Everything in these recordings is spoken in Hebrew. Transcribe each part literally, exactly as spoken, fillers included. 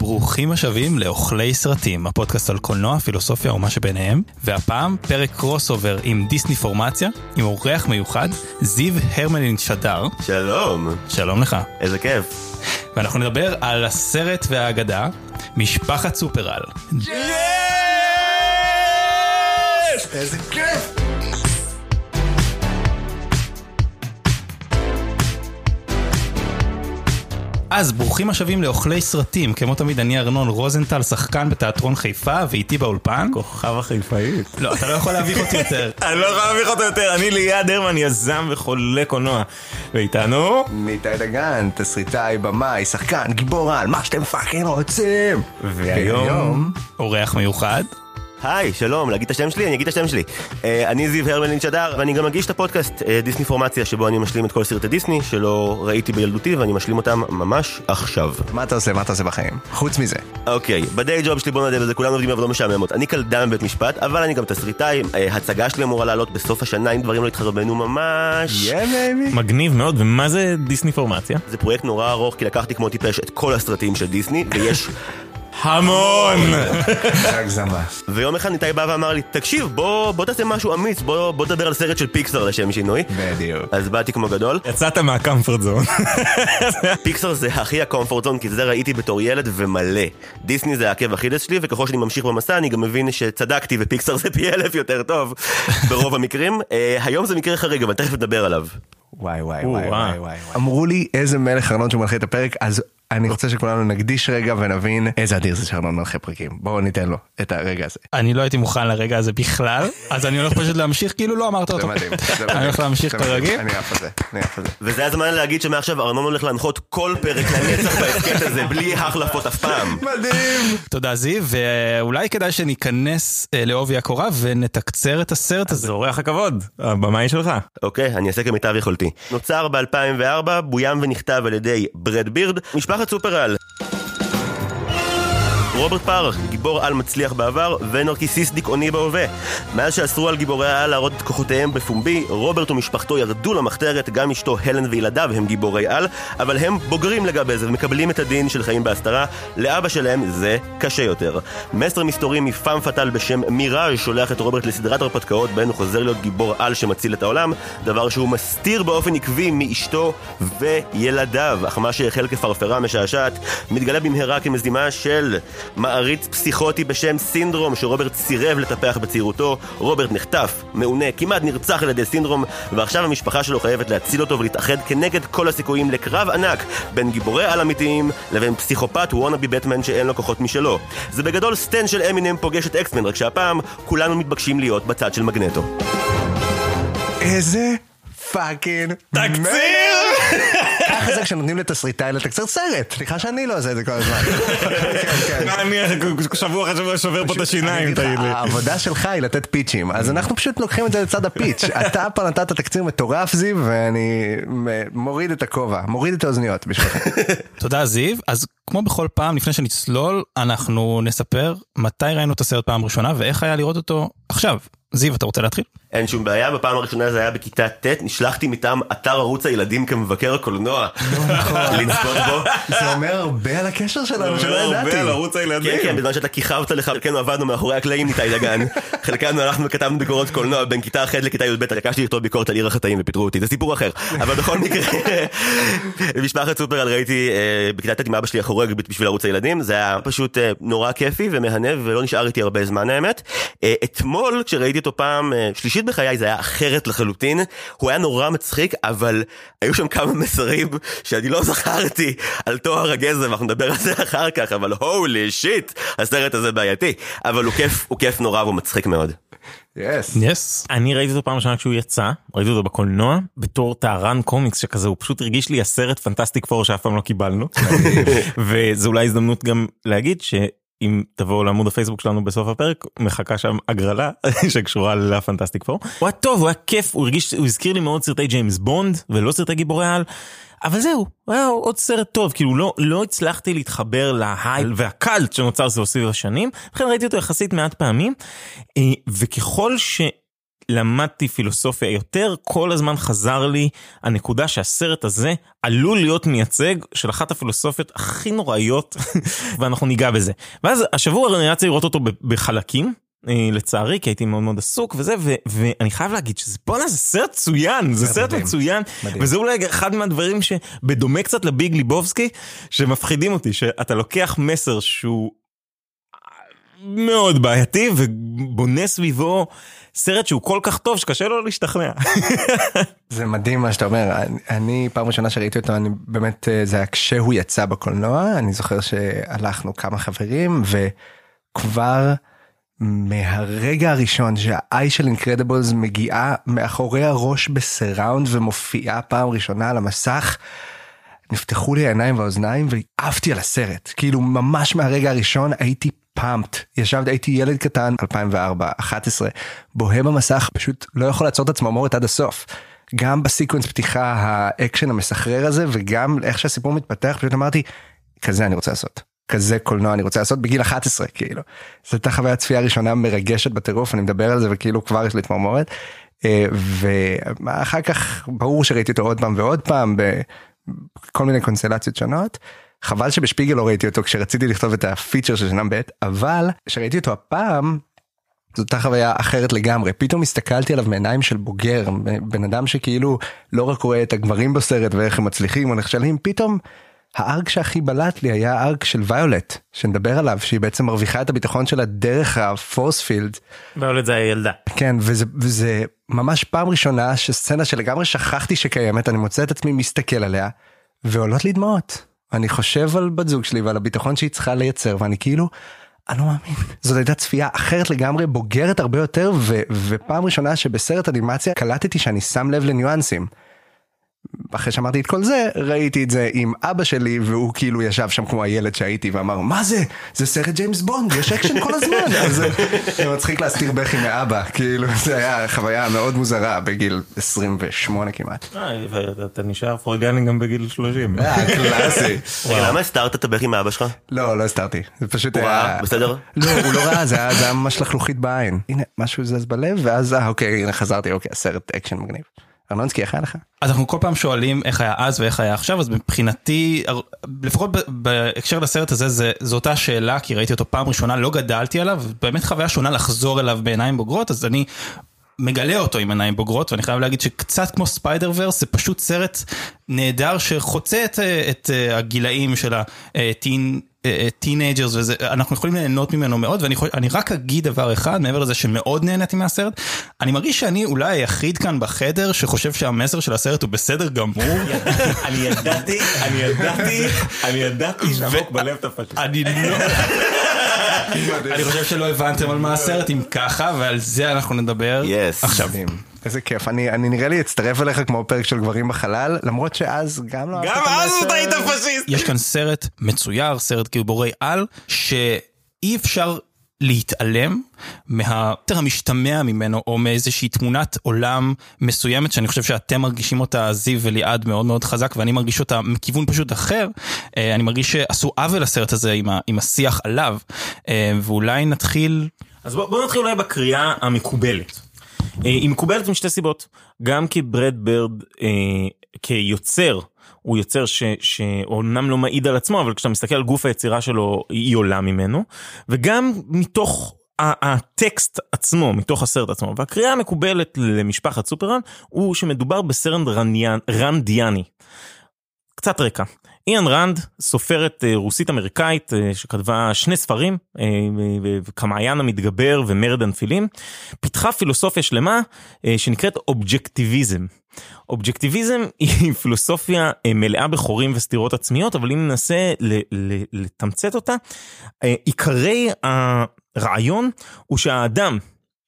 ברוכים השבים לאוכלי סרטים, הפודקאסט על קולנוע, פילוסופיה ומה שביניהם, והפעם פרק קרוס אובר עם דיסני פורמציה, עם אורח מיוחד, זיו הרמלין שדר. שלום. שלום לך. איזה כיף. ואנחנו נדבר על הסרט והאגדה, משפחת סופרל. יש! איזה כיף! אז ברוכים השבים לאוכלי סרטים, כמו תמיד אני ארנון רוזנטל, שחקן בתיאטרון חיפה, ואיתי באולפן כוכב החיפאית. לא, אתה לא יכול להביך אותי יותר. אני לא יכול להביך אותו יותר, אני ליעד הרמן, יזם וחולה קולנוע. ואיתנו ניתאי דגן, תסריטאי, במאי, שחקן, גיבור על, מה שאתם פאקינג רוצים. והיום אורח מיוחד. היי, שלום, להגיד את השם שלי? אני אגיד את השם שלי. אני זיו הרמלין שדר, ואני גם מגיש את הפודקאסט דיסני פורמציה, שבו אני משלים את כל סרטי דיסני שלא ראיתי בילדותי, ואני משלים אותם ממש עכשיו. מה אתה עושה? מה אתה עושה בחיים? חוץ מזה. אוקיי, בדיי ג'וב שלי בוא נדע בזה, כולנו עובדים עבודה משעממות. אני קלדן בבית משפט, אבל אני גם תסריטאי. הצגה שלי אמורה לעלות בסוף השנה, אם דברים לא יתחרבנו ממש. מגניב מאוד, ומה זה דיסני פורמציה? זה פרויקט נורא ארוך, כי לקחתי כמו טיפש את כל הסרטים של דיסני, ויש המון! הגזמה. ויום אחד ניתאי בא ואמר לי, תקשיב, בוא, בוא תעשה משהו אמיץ, בוא, בוא תדבר על סרט של פיקסר לשם שינוי. בדיוק. אז באתי כמו גדול. יצאת מהקומפורט זון. פיקסר זה הכי הקומפורט זון, כי זה ראיתי בתור ילד ומלא. דיסני זה העקב אכילס שלי, וככל שאני ממשיך במסע, אני גם מבין שצדקתי, ופיקסר זה פי אלף יותר טוב, ברוב המקרים. היום זה מקרה חריג, אבל תכף נדבר עליו. וואי וואי וואי וואי וואי. אמרו לי איזה מלך ארנון שמלכה את הפרק, אז אני רוצה שכולנו נקדיש רגע ונבין איזה אדיר זה שארנון מלכה פרקים. בואו ניתן לו את הרגע הזה. אני לא הייתי מוכן לרגע הזה בכלל, אז אני הולך פשוט להמשיך כאילו לא אמרת אותו. זה מדהים. אני הולך להמשיך כרגיל. אני אף הזה, אני אף הזה. וזה הזמן להגיד שמעכשיו ארנון הולך להנחות כל פרק לנצח בהסקט הזה, בלי החלפות אף פעם. מדהים. תודה זיו, ואולי כדאי שניכנס לעובי הקורה ונתקצר את הסרט הזה. זה אורח הכבוד, הבמאי שלך. אוקיי, אני אעשה כמיטב יכולתי. נוצר ב-אלפיים וארבע, בוים ונכתב על ידי ברד בירד, משפחת סופרל. רוברט פארק, גיבור על מצליח בעבר ונרקיסיסט דיכאוני בהווה. מאז שאסרו על גיבורי העל להראות את כוחותיהם בפומבי, רוברט ומשפחתו ירדו למחתרת, גם אשתו הלן וילדיו הם גיבורי על, אבל הם בוגרים לגבי זה ומקבלים את הדין של חיים בהסתרה. לאבא שלהם זה קשה יותר. מסר מסתורי מפעם פטל בשם מיראז' שולח את רוברט לסדרת הרפתקאות, בהן הוא חוזר להיות גיבור על שמציל את העולם, דבר שהוא מסתיר באופן עקבי מאשתו וילדיו. אך מה שהחל כפרפרה משעשעת מתגלה במהרה כמזימה של מעריץ פסיכוטי בשם סינדרום, שרוברט סירב לטפח בצעירותו. רוברט נחטף, מעונה, כמעט נרצח על ידי סינדרום, ועכשיו המשפחה שלו חייבת להציל אותו ולהתאחד כנגד כל הסיכויים לקרב ענק בין גיבורי על אמיתיים לבין פסיכופת וונאבי בטמן שאין לו כוחות משלו. זה בגדול סטן של אמינם פוגש את אקסמן, רק שהפעם כולנו מתבקשים להיות בצד של מגנטו. איזה פאקינג תקציר! ככה זה כשנותנים לתסריטאי לתקצר סרט. סליחה שאני לא עושה את זה כל הזמן. אני שבוע אחרי שבוע שובר פה את השיניים, תגיד לי. העבודה שלך היא לתת פיצ'ים, אז אנחנו פשוט לוקחים את זה לצד הפיץ'. אתה פה נתת תקציר מטורף זיו, ואני מוריד את הכובע, מוריד את האוזניות בשבילך. תודה זיו. אז כמו בכל פעם, לפני שנצלול, אנחנו נספר מתי ראינו את הסרט פעם ראשונה, ואיך היה לראות אותו עכשיו. זיו, אתה רוצה להתחיל? אין שום בעיה, בפעם הראשונה זה היה בכיתה ט', נשלחתי מטעם אתר ערוץ הילדים כמבקר הקולנוע לצפות בו. זה אומר הרבה על הקשר שלנו, שלא ידעתי. הרבה על ערוץ הילדים. כן, כן, בזמן שאתה כיכבת לך, חלקנו עבדנו מאחורי הקלעים ניתאי דגן, חלקנו הלכנו וכתבנו ביקורות קולנוע בין כיתה ח' לכיתה י"ב, לקשתי לכתוב ביקורת על עיר החטאים ופיטרו אותי, זה סיפור אחר. אבל בכל מקרה, משפחת סופרל ראיתי בכיתה ט' עם אבא שלי החורג בשביל ערוץ הילדים, זה היה פשוט נורא כיפי ומהנב ולא נשאר איתי הרבה זמן האמת. אתמול כשראיתי אותו פעם שלישית בחיי, זה היה אחרת לחלוטין. הוא היה נורא מצחיק, אבל היו שם כמה מסרים שאני לא זכרתי על תואר הגזם, אנחנו נדבר על זה אחר כך, אבל הולי שיט, הסרט הזה בעייתי, אבל הוא כיף, הוא כיף נורא והוא מצחיק מאוד. יס. יס. אני ראיתי אותו פעם ראשונה כשהוא יצא, ראיתי אותו בקולנוע, בתור טהרן קומיקס שכזה, הוא פשוט הרגיש לי הסרט פנטסטיק פור שאף פעם לא קיבלנו, וזו אולי הזדמנות גם להגיד ש... אם תבואו לעמוד הפייסבוק שלנו בסוף הפרק, מחכה שם הגרלה שקשורה לפנטסטיק פור. הוא היה טוב, הוא היה כיף, הוא הרגיש, הוא הזכיר לי מאוד סרטי ג'יימס בונד, ולא סרטי גיבורי על, אבל זהו, הוא היה עוד סרט טוב, כאילו לא, לא הצלחתי להתחבר להייל והקלט שנוצר סביב השנים, לכן ראיתי אותו יחסית מעט פעמים, וככל ש... למדתי פילוסופיה יותר, כל הזמן חזר לי הנקודה שהסרט הזה עלול להיות מייצג של אחת הפילוסופיות הכי נוראיות, ואנחנו ניגע בזה. ואז השבוע אני רציתי לראות אותו בחלקים, לצערי, כי הייתי מאוד מאוד עסוק וזה, ו- ואני חייב להגיד שזה, בוא'נה, זה סרט מצוין, זה סרט מצוין, וזה אולי אחד מהדברים שבדומה קצת לביג ליבובסקי, שמפחידים אותי, שאתה לוקח מסר שהוא מאוד בעייתי, ובונה סביבו סרט שהוא כל כך טוב, שקשה לו להשתכנע. זה מדהים מה שאתה אומר, אני, אני פעם ראשונה שראיתי אותו, אני באמת, זה היה כשהוא יצא בקולנוע, אני זוכר שהלכנו כמה חברים, וכבר מהרגע הראשון שהאי של אינקרדיבלס מגיעה מאחורי הראש בסראונד ומופיעה פעם ראשונה על המסך, נפתחו לי העיניים והאוזניים ועפתי על הסרט. כאילו ממש מהרגע הראשון הייתי פאמפט. ישבתי, הייתי ילד קטן, אלפיים וארבע, אחת עשרה, בוהם המסך, פשוט לא יכול לעצור את עצמו מורת עד הסוף. גם בסיקוונס פתיחה האקשן המסחרר הזה, וגם איך שהסיפור מתפתח, פשוט אמרתי, כזה אני רוצה לעשות. כזה קולנוע אני רוצה לעשות בגיל אחת עשרה, כאילו. זו הייתה חוויה צפייה ראשונה מרגשת בטירוף, אני מדבר על זה וכאילו כבר יש לי תמרמורת, ואחר כך ברור שראיתי אותו עוד פעם ועוד פעם, בכל מיני קונסטלציות שונות, חבל שבשפיגל לא ראיתי אותו כשרציתי לכתוב את הפיצ'ר של שנה ב', אבל כשראיתי אותו הפעם, זו הייתה חוויה אחרת לגמרי, פתאום הסתכלתי עליו מעיניים של בוגר, בן אדם שכאילו לא רק רואה את הגברים בסרט ואיך הם מצליחים או נכשלים, פתאום הארק שהכי בלט לי היה הארק של ויולט, שנדבר עליו, שהיא בעצם מרוויחה את הביטחון שלה דרך הפורספילד. ויולט זה הילדה. כן, וזה, וזה ממש פעם ראשונה שסצנה שלגמרי שכחתי שקיימת, אני מוצא את עצמי מסתכל עליה, ועולות לי דמעות. אני חושב על בת זוג שלי ועל הביטחון שהיא צריכה לייצר, ואני כאילו, אני לא מאמין. זאת הייתה צפייה אחרת לגמרי, בוגרת הרבה יותר, ו, ופעם ראשונה שבסרט אנימציה קלטתי שאני שם לב לניואנסים. אחרי שאמרתי את כל זה, ראיתי את זה עם אבא שלי, והוא כאילו ישב שם כמו הילד שהייתי, ואמר, מה זה? זה סרט ג'יימס בונד, יש אקשן כל הזמן. אז זה מצחיק להסתיר בכי מאבא, כאילו, זה היה חוויה מאוד מוזרה, בגיל עשרים ושמונה כמעט. אה, ואתה נשאר פרוידיאני גם בגיל שלושים. אה, קלאסי. למה הסתרת את הבכי מאבא שלך? לא, לא הסתרתי. זה פשוט היה... הוא ראה, בסדר? לא, הוא לא ראה, זה היה ממש לחלוכית בעין. הנה, משהו זז בלב, ואז, אה, אוקיי, הנה חזרתי, אוקיי, הסרט אקשן מגניב. ארנונסקי, איך היה לך? אז אנחנו כל פעם שואלים איך היה אז ואיך היה עכשיו, אז מבחינתי, לפחות בהקשר לסרט הזה, זו אותה שאלה, כי ראיתי אותו פעם ראשונה, לא גדלתי עליו, באמת חוויה שונה לחזור אליו בעיניים בוגרות, אז אני מגלה אותו עם עיניים בוגרות, ואני חייב להגיד שקצת כמו ספיידר ורס, זה פשוט סרט נהדר שחוצה את, את הגילאים של הטין, טינאג'רס, וזה, אנחנו יכולים ליהנות ממנו מאוד, ואני אני רק אגיד דבר אחד, מעבר לזה שמאוד נהניתי מהסרט, אני מרגיש שאני אולי היחיד כאן בחדר, שחושב שהמסר של הסרט הוא בסדר גמור. אני ידעתי, אני ידעתי, אני ידעתי שעמוק בלב תפשט. אני לא... אני חושב שלא הבנתם על מה הסרט, אם ככה, ועל זה אנחנו נדבר עכשיו. איזה כיף, אני, אני נראה לי אצטרף אליך כמו פרק של גברים בחלל, למרות שאז גם לא... גם אז אתה היית פשיסט! יש כאן סרט מצויר, סרט גיבורי על, שאי אפשר להתעלם מהיותר המשתמע ממנו, או מאיזושהי תמונת עולם מסוימת, שאני חושב שאתם מרגישים אותה, זיו וליעד, מאוד מאוד חזק, ואני מרגיש אותה מכיוון פשוט אחר. אני מרגיש שעשו עוול לסרט הזה עם, ה, עם השיח עליו, ואולי נתחיל... אז בוא, בוא נתחיל אולי בקריאה המקובלת. היא מקובלת משתי סיבות, גם כי ברד ברד אה, כיוצר, הוא יוצר ש, שאומנם לא מעיד על עצמו, אבל כשאתה מסתכל על גוף היצירה שלו, היא עולה ממנו, וגם מתוך הטקסט עצמו, מתוך הסרט עצמו, והקריאה המקובלת למשפחת סופרמן, הוא שמדובר בסרט רנדיאני. קצת רקע. איאן רנד, סופרת רוסית אמריקאית שכתבה שני ספרים, כמעיין המתגבר ומרד הנפילים, פיתחה פילוסופיה שלמה שנקראת אובג'קטיביזם. אובג'קטיביזם היא פילוסופיה מלאה בחורים וסתירות עצמיות, אבל אם ננסה לתמצת אותה, עיקרי הרעיון הוא שהאדם,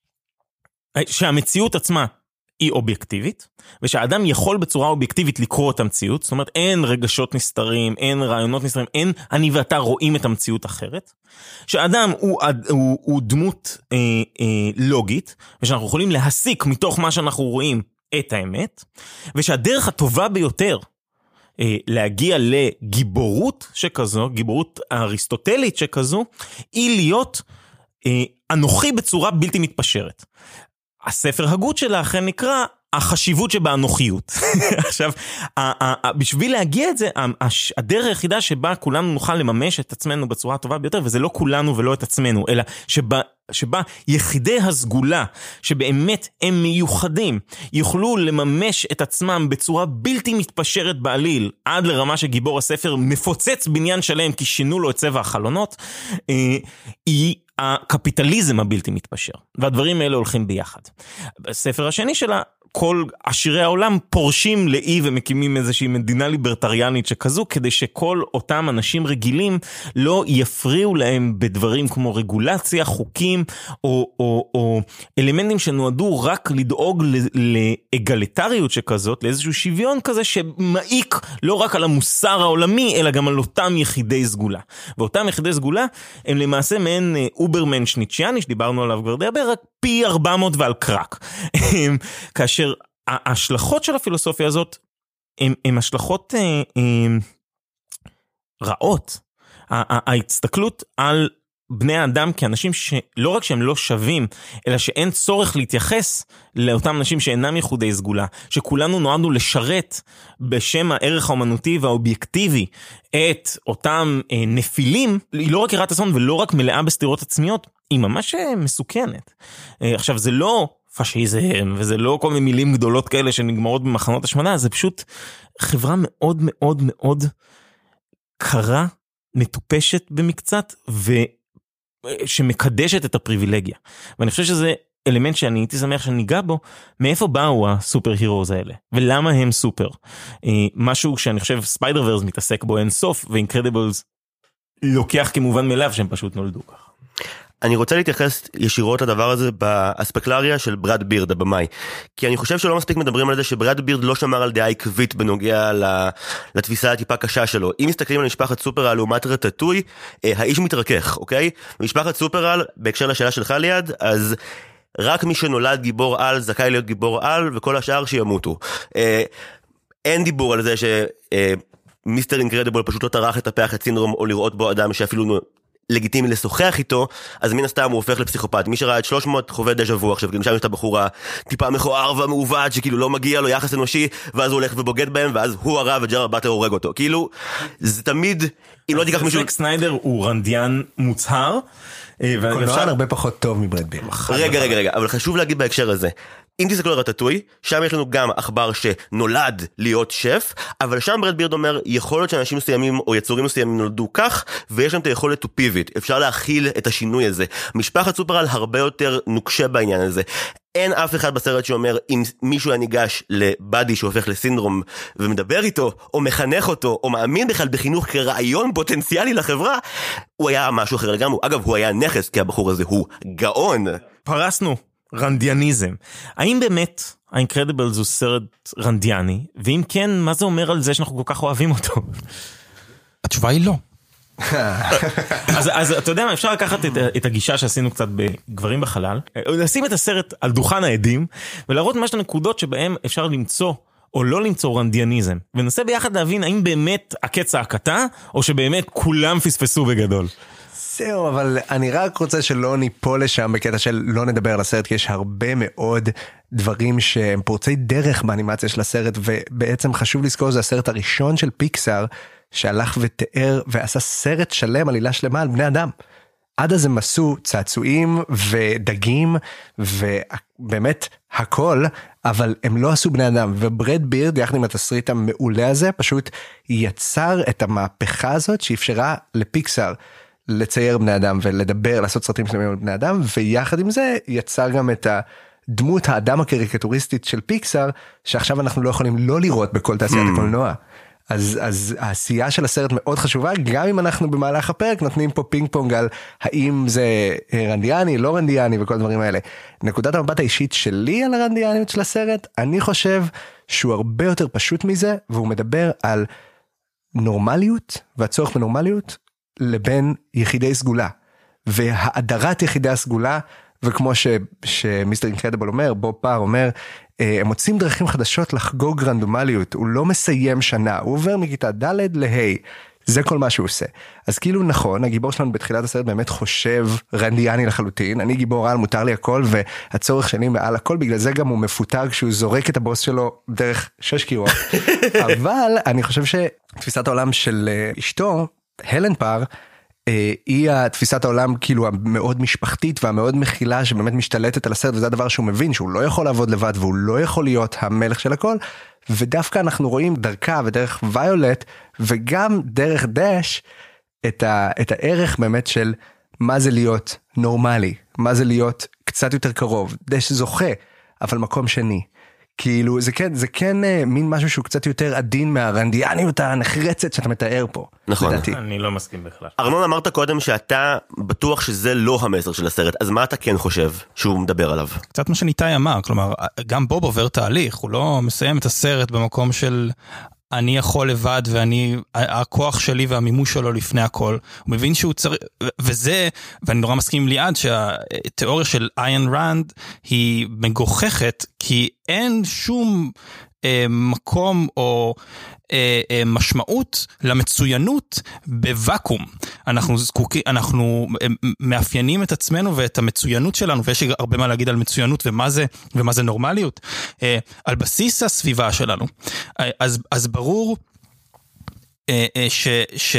שהמציאות עצמה, היא אובייקטיבית, ושהאדם יכול בצורה אובייקטיבית לקרוא את המציאות, זאת אומרת אין רגשות נסתרים, אין רעיונות נסתרים, אין אני ואתה רואים את המציאות אחרת, שהאדם הוא, הוא, הוא דמות אה, אה, לוגית, ושאנחנו יכולים להסיק מתוך מה שאנחנו רואים את האמת, ושהדרך הטובה ביותר אה, להגיע לגיבורות שכזו, גיבורות אריסטוטלית שכזו, היא להיות אה, אנוכי בצורה בלתי מתפשרת. הספר הגות שלה אכן נקרא החשיבות שבאנוכיות. עכשיו, בשביל להגיע את זה, הדרך היחידה שבה כולנו נוכל לממש את עצמנו בצורה הטובה ביותר, וזה לא כולנו ולא את עצמנו, אלא שבה, שבה יחידי הסגולה, שבאמת הם מיוחדים, יוכלו לממש את עצמם בצורה בלתי מתפשרת בעליל, עד לרמה שגיבור הספר מפוצץ בניין שלם, כי שינו לו את צבע החלונות, היא הקפיטליזם הבלתי מתפשר. והדברים האלה הולכים ביחד. בספר השני שלה, כל עשירי העולם פורשים לאי ומקימים איזושהי מדינה ליברטריאנית שכזו, כדי שכל אותם אנשים רגילים לא יפריעו להם בדברים כמו רגולציה, חוקים, או, או, או אלמנטים שנועדו רק לדאוג לאגליטריות שכזאת, לאיזשהו שוויון כזה שמעיק לא רק על המוסר העולמי, אלא גם על אותם יחידי סגולה. ואותם יחידי סגולה הם למעשה מעין אוברמן שניצ'יאני, שדיברנו עליו כבר דבר, רק פי ארבע מאות ועל קרק. כאשר ההשלכות של הפילוסופיה הזאת הן השלכות אה, אה, רעות. ההסתכלות על בני האדם כאנשים שלא רק שהם לא שווים, אלא שאין צורך להתייחס לאותם אנשים שאינם ייחודי סגולה, שכולנו נועדנו לשרת בשם הערך האומנותי והאובייקטיבי את אותם אה, נפילים, היא לא רק יראת אסון ולא רק מלאה בסתירות עצמיות, היא ממש מסוכנת. אה, עכשיו זה לא פשיזם, וזה לא כל מיני מילים גדולות כאלה שנגמרות במחנות השמנה, זה פשוט חברה מאוד מאוד מאוד קרה, מטופשת במקצת, ושמקדשת את הפריבילגיה. ואני חושב שזה אלמנט שאני הייתי שמח שניגע בו, מאיפה באו הסופר הירוז האלה, ולמה הם סופר. משהו שאני חושב ספיידר ורס מתעסק בו אין סוף, ואינקרדיבלס לוקח כמובן מאליו שהם פשוט נולדו ככה. אני רוצה להתייחס ישירות לדבר הזה באספקלריה של ברד בירד, הבמאי. כי אני חושב שלא מספיק מדברים על זה שברד בירד לא שמר על דעה עקבית בנוגע לתפיסה הטיפה קשה שלו. אם מסתכלים על משפחת סופרל לעומת רטטוי, האיש מתרכך, אוקיי? משפחת סופרל, בהקשר לשאלה שלך ליד, אז רק מי שנולד גיבור על זכאי להיות גיבור על, וכל השאר שימותו. אין דיבור על זה ש... מיסטר אינקרדיבול פשוט לא טרח לטפח את סינדרום או לראות בו אדם שאפילו לגיטימי לשוחח איתו, אז מן הסתם הוא הופך לפסיכופת. מי שראה את שלוש מאות חווה דז'ה וו עכשיו, כאילו שם יש את הבחורה טיפה מכוער ומעוות, שכאילו לא מגיע לו יחס אנושי, ואז הוא הולך ובוגד בהם, ואז הוא הרע וג'רארד באטלר הורג אותו. כאילו, זה תמיד, אם לא תיקח מישהו... זק סניידר הוא רנדיאן מוצהר, קולנוען הרבה פחות טוב מברד בירד. רגע, רגע, רגע, אבל חשוב להגיד בהקשר הזה. אם תסתכלו על רטטוי, שם יש לנו גם עכבר שנולד להיות שף, אבל שם ברד בירד אומר, יכול להיות שאנשים מסוימים או יצורים מסוימים נולדו כך, ויש להם את היכולת to pivot, אפשר להכיל את השינוי הזה. משפחת סופרל הרבה יותר נוקשה בעניין הזה. אין אף אחד בסרט שאומר, אם מישהו הניגש לבאדי שהופך לסינדרום ומדבר איתו, או מחנך אותו, או מאמין בכלל בחינוך כרעיון פוטנציאלי לחברה, הוא היה משהו אחר לגמרי. אגב, הוא היה נכס, כי הבחור הזה הוא גאון. פרסנו. רנדיאניזם. האם באמת האינקרדיבלס הוא סרט רנדיאני? ואם כן, מה זה אומר על זה שאנחנו כל כך אוהבים אותו? התשובה היא לא. אז, אז אתה יודע מה, אפשר לקחת את, את הגישה שעשינו קצת בגברים בחלל, לשים את הסרט על דוכן העדים, ולהראות ממש את הנקודות שבהם אפשר למצוא או לא למצוא רנדיאניזם, וננסה ביחד להבין האם באמת הקצה הקטה, או שבאמת כולם פספסו בגדול. זהו, אבל אני רק רוצה שלא ניפול לשם בקטע של לא נדבר על הסרט, כי יש הרבה מאוד דברים שהם פורצי דרך באנימציה של הסרט, ובעצם חשוב לזכור, זה הסרט הראשון של פיקסאר, שהלך ותיאר ועשה סרט שלם, עלילה שלמה על בני אדם. עד אז הם עשו צעצועים ודגים, ובאמת הכל, אבל הם לא עשו בני אדם, וברד בירד, יחד עם התסריט המעולה הזה, פשוט יצר את המהפכה הזאת, שאפשרה לפיקסאר, לצייר בני אדם ולדבר, לעשות סרטים שלמים על בני אדם, ויחד עם זה יצר גם את הדמות האדם הקריקטוריסטית של פיקסאר, שעכשיו אנחנו לא יכולים לא לראות בכל תעשיית הקולנוע. אז, אז העשייה של הסרט מאוד חשובה, גם אם אנחנו במהלך הפרק נותנים פה פינג פונג על האם זה רנדיאני, לא רנדיאני וכל הדברים האלה. נקודת המבט האישית שלי על הרנדיאניות של הסרט, אני חושב שהוא הרבה יותר פשוט מזה, והוא מדבר על נורמליות והצורך בנורמליות, לבין יחידי סגולה, והאדרת יחידי הסגולה, וכמו ש, שמיסטר אינקרדיבל אומר, בוב פאר אומר, הם מוצאים דרכים חדשות לחגוג רנדומליות, הוא לא מסיים שנה, הוא עובר מכיתה ד' להי, זה כל מה שהוא עושה. אז כאילו נכון, הגיבור שלנו בתחילת הסרט באמת חושב רנדיאני לחלוטין, אני גיבור על, מותר לי הכל, והצורך שלי מעל הכל, בגלל זה גם הוא מפוטר כשהוא זורק את הבוס שלו דרך שש קירות. אבל אני חושב שתפיסת העולם של אשתו, הלן פאר, היא התפיסת העולם כאילו המאוד משפחתית והמאוד מכילה שבאמת משתלטת על הסרט, וזה הדבר שהוא מבין שהוא לא יכול לעבוד לבד והוא לא יכול להיות המלך של הכל, ודווקא אנחנו רואים דרכה ודרך ויולט וגם דרך דש את, ה, את הערך באמת של מה זה להיות נורמלי, מה זה להיות קצת יותר קרוב. דש זוכה, אבל מקום שני. כאילו זה כן, זה כן מין משהו שהוא קצת יותר עדין מהרנדיאניות הנחרצת שאתה מתאר פה. נכון. לדעתי. אני לא מסכים בכלל. ארנון, אמרת קודם שאתה בטוח שזה לא המסר של הסרט, אז מה אתה כן חושב שהוא מדבר עליו? קצת מה שניתאי אמר, כלומר, גם בוב עובר תהליך, הוא לא מסיים את הסרט במקום של אני יכול לבד ואני, הכוח שלי והמימוש שלו לפני הכל, הוא מבין שהוא צריך, וזה, ואני נורא מסכים עם ליעד שהתיאוריה של איין רנד היא מגוחכת, כי אין שום אה, מקום או אה, אה, משמעות למצוינות בוואקום. אנחנו זקוקים, אנחנו מאפיינים את עצמנו ואת המצוינות שלנו, ויש הרבה מה להגיד על מצוינות ומה זה, ומה זה נורמליות, אה, על בסיס הסביבה שלנו. אה, אז, אז ברור אה, אה, ש, ש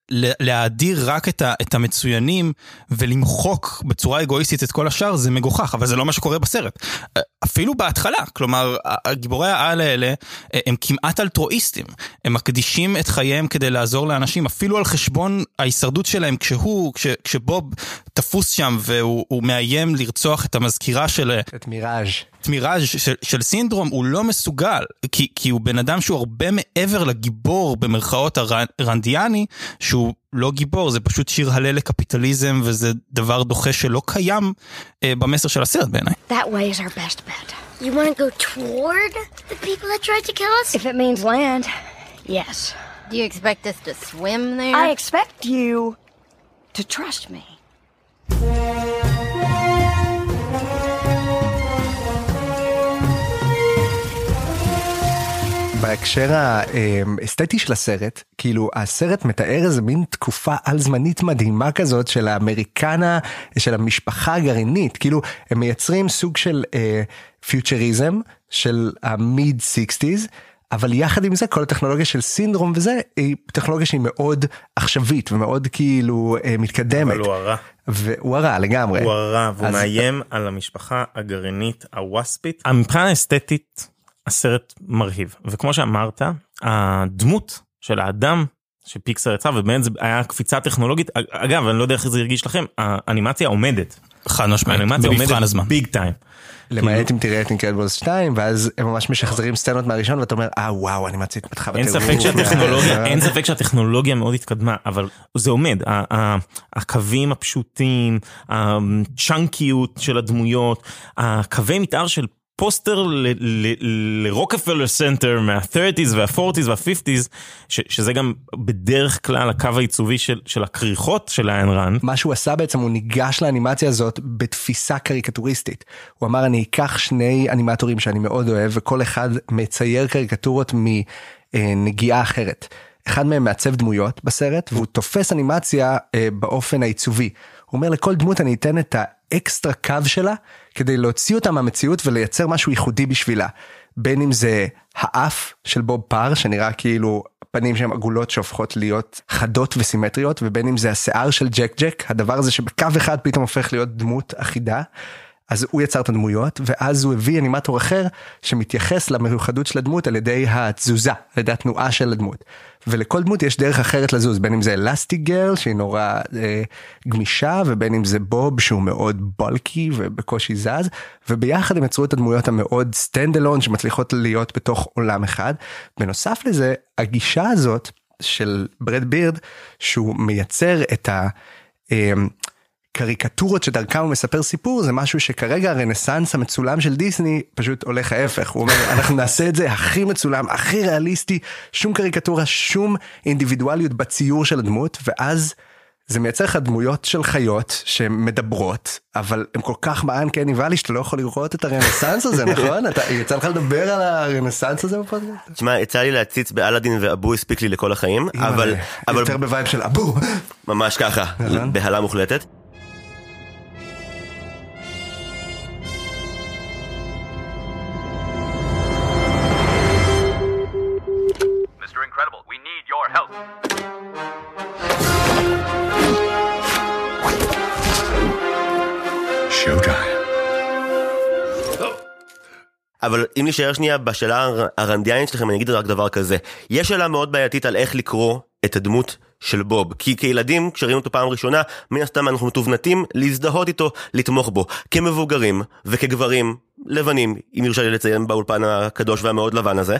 להאדיר רק את, ה, את המצוינים ולמחוק בצורה אגואיסטית את כל השאר, זה מגוחך, אבל זה לא מה שקורה בסרט. אפילו בהתחלה, כלומר, הגיבורי העל האלה, הם כמעט אלטרואיסטים, הם מקדישים את חייהם כדי לעזור לאנשים, אפילו על חשבון ההישרדות שלהם, כשהוא, כש, כשבוב תפוס שם, והוא מאיים לרצוח את המזכירה של... את מיראז'. את מיראז' של, של סינדרום, הוא לא מסוגל, כי, כי הוא בן אדם שהוא הרבה מעבר לגיבור, במרכאות הרנדיאני, שהוא לא גיבור, זה פשוט שיר הלל לקפיטליזם, וזה דבר דוחה שלא קיים אה, במסר של הסרט בעיניי. That way is our best bet. You want to go toward the people that tried to kill us? If it means land, yes. Do you expect us to swim there? I expect you to trust me. בהקשר האסתטי של הסרט, כאילו הסרט מתאר איזה מין תקופה על זמנית מדהימה כזאת של האמריקנה, של המשפחה הגרעינית, כאילו הם מייצרים סוג של פיוטריזם של המיד סיקסטיז, אבל יחד עם זה כל הטכנולוגיה של סינדרום וזה, היא טכנולוגיה שהיא מאוד עכשווית ומאוד כאילו מתקדמת. אבל הוא הרע. והוא הרע לגמרי. הוא הרע, והוא מאיים על המשפחה הגרעינית הווספית. מבחינה האסתטית, הסרט מרהיב, וכמו שאמרת, הדמות של האדם שפיקסר יצא, ובאמת זה היה קפיצה טכנולוגית, אגב, אני לא יודע איך זה הרגיש לכם, האנימציה עומדת. חד משמעית, במבחן הזמן. ביג טיים. למעט אם תראה את אינקרדיבלס שתיים, ואז הם ממש משחזרים סצנות מהראשון, ואתה אומר, אה וואו, אנימציה התפתחה בטירוף. אין ספק שהטכנולוגיה, אין ספק שהטכנולוגיה מאוד התקדמה, אבל זה עומד, הקווים הפשוטים, הצ'אנקיות של הדמויות, הקווי מתאר של פוסטר לרוקפלר סנטר מה-שלושים וה-ארבעים וה-חמישים, שזה גם בדרך כלל הקו העיצובי של הכריכות של איין רנד. מה שהוא עשה בעצם, הוא ניגש לאנימציה הזאת בתפיסה קריקטוריסטית. הוא אמר, אני אקח שני אנימטורים שאני מאוד אוהב, וכל אחד מצייר קריקטורות מנגיעה אחרת. אחד מהם מעצב דמויות בסרט, והוא תופס אנימציה באופן העיצובי. הוא אומר, לכל דמות אני אתן את האקסטרה קו שלה, כדי להוציא אותה מהמציאות ולייצר משהו ייחודי בשבילה. בין אם זה האף של בוב פאר, שנראה כאילו פנים שהן עגולות שהופכות להיות חדות וסימטריות, ובין אם זה השיער של ג'ק ג'ק, הדבר הזה שבקו אחד פתאום הופך להיות דמות אחידה. אז הוא יצר את הדמויות, ואז הוא הביא אנימטור אחר, שמתייחס למיוחדות של הדמות על ידי התזוזה, על ידי התנועה של הדמות. ולכל דמות יש דרך אחרת לזוז, בין אם זה אלסטיק גרל, שהיא נורא אה, גמישה, ובין אם זה בוב, שהוא מאוד בולקי ובקושי זז, וביחד הם יצרו את הדמויות המאוד סטנדלון, שמצליחות להיות בתוך עולם אחד. בנוסף לזה, הגישה הזאת של ברד בירד, שהוא מייצר את ה... אה, קריקטורות שדרכם הוא מספר סיפור, זה משהו שכרגע הרנסנס המצולם של דיסני פשוט הולך ההפך. הוא אומר, אנחנו נעשה את זה הכי מצולם, הכי ריאליסטי, שום קריקטורה, שום אינדיבידואליות בציור של הדמות, ואז זה מייצר לך דמויות של חיות שמדברות, אבל הם כל כך באנקני ואלי שאתה לא יכול לראות את הרנסנס הזה, נכון? אתה יצא לך לדבר על הרנסנס הזה בפודקאסט? תשמע, יצא לי להציץ באלאדין ואבו הספיק לי לכל החיים, אבל... יותר בווייב של אבו. ממש ככה, בהלה מוחלטת. מיסטר Incredible, we need your help. אבל אם נשאר שנייה בשאלה הרנדיאנית שלכם, אני אגיד רק דבר כזה. יש שאלה מאוד בעייתית על איך לקרוא את הדמות של בוב. כי כילדים, כשראינו אותו פעם ראשונה, מן הסתם אנחנו מתובנתים להזדהות איתו, לתמוך בו. כמבוגרים וכגברים לבנים, אם ירשה לי לציין באולפן הקדוש והמאוד לבן הזה.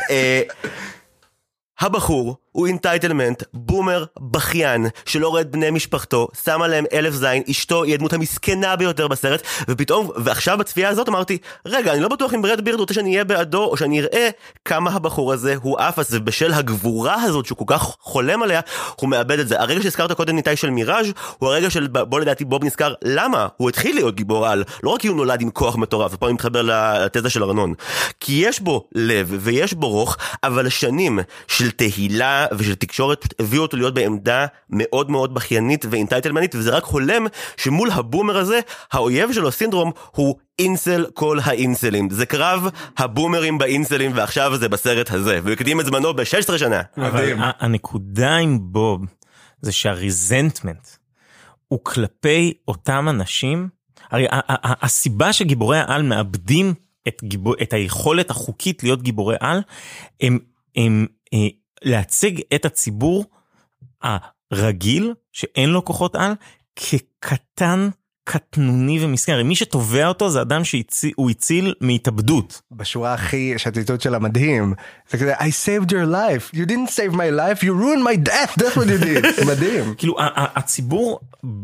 הבחור הוא אינטייטלמנט, בומר בכיין, שלא רואה את בני משפחתו, שם עליהם אלף זין, אשתו היא הדמות המסכנה ביותר בסרט, ופתאום, ועכשיו בצפייה הזאת אמרתי, רגע, אני לא בטוח אם ברד בירד רוצה שאני אהיה בעדו, או שאני אראה כמה הבחור הזה הוא אפס, ובשל הגבורה הזאת שהוא כל כך חולם עליה, הוא מאבד את זה. הרגע שהזכרת קודם ניתאי של מיראז' הוא הרגע של, בוא לדעתי בוב נזכר, למה הוא התחיל להיות גיבור על, לא רק כי הוא נולד עם כוח מטורף, ופה אני מתחבר לתזה של ארנון, כי יש בו לב ויש בו רוח, אבל שנים של תהילה ושל תקשורת הביאו אותו להיות בעמדה מאוד מאוד בכיינית ואינטייטלמנית, וזה רק הולם שמול הבומר הזה, האויב שלו, סינדרום, הוא אינסל כל האינסלים. זה קרב הבומרים באינסלים, ועכשיו זה בסרט הזה, והוא הקדים את זמנו ב-שש עשרה שנה. אבל הנקודה עם בוב, זה שהריזנטמנט הוא כלפי אותם אנשים, הרי הסיבה שגיבורי העל מאבדים את, גיבור, את היכולת החוקית להיות גיבורי על, הם, הם, הם להציג את הציבור הרגיל, שאין לו כוחות על, כקטן, קטנוני ומסכן. הרי מי שתובע אותו זה אדם שהוא הציל מהתאבדות. בשורה הכי, שהציטוט של המדהים, זה כזה, I saved your life, you didn't save my life, you ruined my death, that's what you did. מדהים. כאילו, הציבור,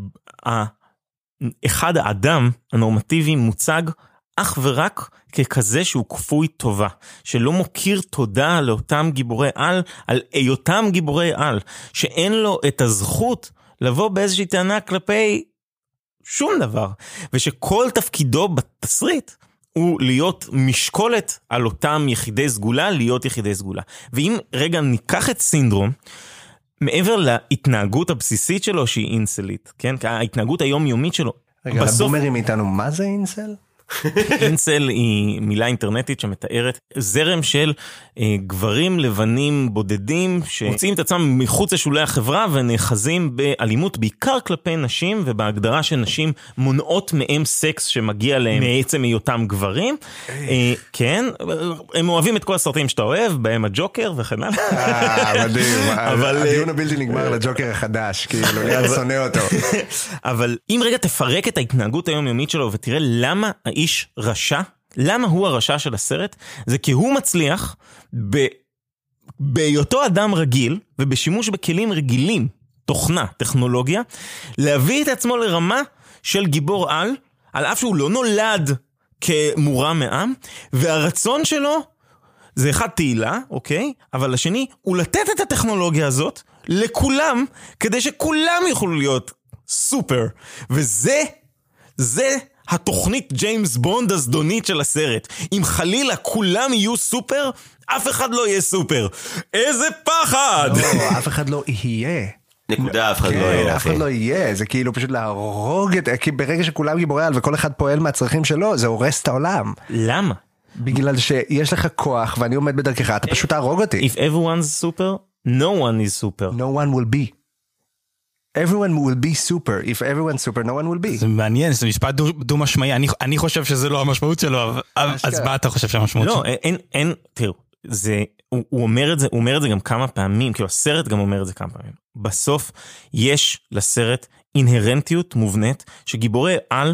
אחד האדם הנורמטיבי מוצג אך ורק ככזה שהוא כפוי טובה, שלא מוקיר תודה לאותם גיבורי על, על היותם גיבורי על, שאין לו את הזכות לבוא באיזושהי טענה כלפי שום דבר, ושכל תפקידו בתסריט הוא להיות משקולת על אותם יחידי סגולה, להיות יחידי סגולה. ואם רגע ניקח את סינדרום, מעבר להתנהגות הבסיסית שלו שהיא אינסלית, כן? ההתנהגות היומיומית שלו. רגע, בסוף... לבומרים איתנו, מה זה אינסל? אינסל היא מילה אינטרנטית שמתארת זרם של אה, גברים לבנים בודדים שמוצאים את עצמם מחוץ לשולי החברה ונאחזים באלימות בעיקר כלפי נשים, ובהגדרה של נשים מונעות מהם סקס שמגיע להם מעצם היותם גברים. אה, כן, הם אוהבים את כל הסרטים שאתה אוהב, בהם הג'וקר וכן הלאה. אה, מדהים. אבל הדיון הבלתי נגמר לג'וקר החדש, כאילו, אני שונא אותו. אבל אם רגע תפרק את ההתנהגות היומיומית שלו ותראה למה איש רשע, למה הוא הרשע של הסרט? זה כי הוא מצליח ב... בהיותו אדם רגיל ובשימוש בכלים רגילים, תוכנה, טכנולוגיה, להביא את עצמו לרמה של גיבור על, על אף שהוא לא נולד כמורם מעם, והרצון שלו זה אחד תהילה, אוקיי? אבל השני הוא לתת את הטכנולוגיה הזאת לכולם, כדי שכולם יוכלו להיות סופר. וזה, זה התוכנית ג'יימס בונד הזדונית של הסרט. אם חלילה כולם יהיו סופר, אף אחד לא יהיה סופר. איזה פחד! לא, אף אחד לא יהיה. נקודה, אף אחד לא יהיה. אף אחד לא יהיה, זה כאילו פשוט להרוג את, כי ברגע שכולם גיבורי על וכל אחד פועל מהצרכים שלו, זה הורס את העולם. למה? בגלל שיש לך כוח ואני עומד בדרכך, אתה פשוט תהרוג אותי. If everyone's super, no one is super. No one will be. Everyone will be super. If everyone's super, no one will be. זה מעניין, זה משפט דו משמעי. אני, אני חושב שזה לא המשמעות שלו, אז מה אתה חושב שהמשמעות שלו? לא, אין, אין, תראו, זה, הוא, הוא אומר את זה, הוא אומר את זה גם כמה פעמים, כאילו הסרט גם אומר את זה כמה פעמים. בסוף יש לסרט אינהרנטיות מובנית, שגיבורי על,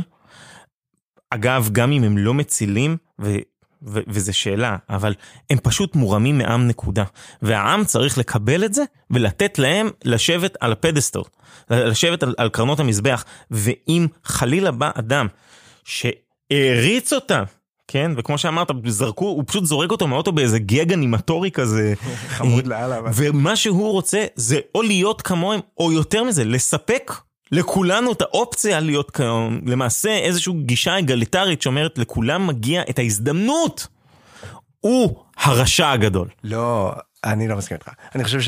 אגב, גם אם הם לא מצילים, ו... ו- וזה שאלה, אבל הם פשוט מורמים מעם נקודה, והעם צריך לקבל את זה ולתת להם לשבת על הפדסטל, לשבת על, על קרנות המזבח. ואם חלילה בא אדם שהריץ אותם כן, וכמו שאמרת, זרקו, הוא פשוט זורק אותו מאוטו באיזה גג אנימטורי כזה. חמוד לאללה. ומה שהוא רוצה זה או להיות כמוהם, או יותר מזה, לספק לכולנו את האופציה להיות כמוהם, למעשה איזושהי גישה אגליטרית שאומרת לכולם מגיע את ההזדמנות. הוא הרשע הגדול. לא, אני לא מסכים איתך. אני חושב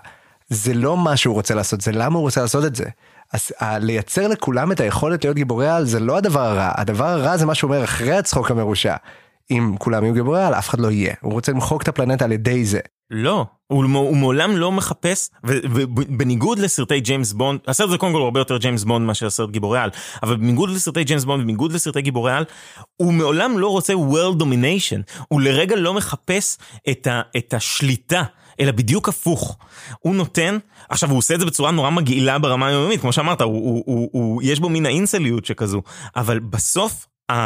שזה לא מה שהוא רוצה לעשות, זה למה הוא רוצה לעשות את זה. אז לייצר לכולם את היכולת להיות גיבורי על זה לא הדבר הרע. הדבר הרע זה מה שהוא אומר אחרי הצחוק המרושע. אם כולם יהיו גיבורי על, אף אחד לא יהיה. הוא רוצה למחוק את הפלנטה על ידי זה. לא, הוא, הוא מעולם לא מחפש, ובניגוד לסרטי ג'יימס בונד, הסרט זה קודם כל הרבה יותר ג'יימס בונד מאשר סרט גיבורי על, אבל בניגוד לסרטי ג'יימס בונד ובניגוד לסרטי גיבורי על, הוא מעולם לא רוצה world domination, הוא לרגע לא מחפש את, ה, את השליטה, אלא בדיוק הפוך. הוא נותן, עכשיו הוא עושה את זה בצורה נורא מגעילה ברמה היומית, כמו שאמרת, הוא, הוא, הוא, הוא, יש בו מין האינסליות שכזו, אבל בסוף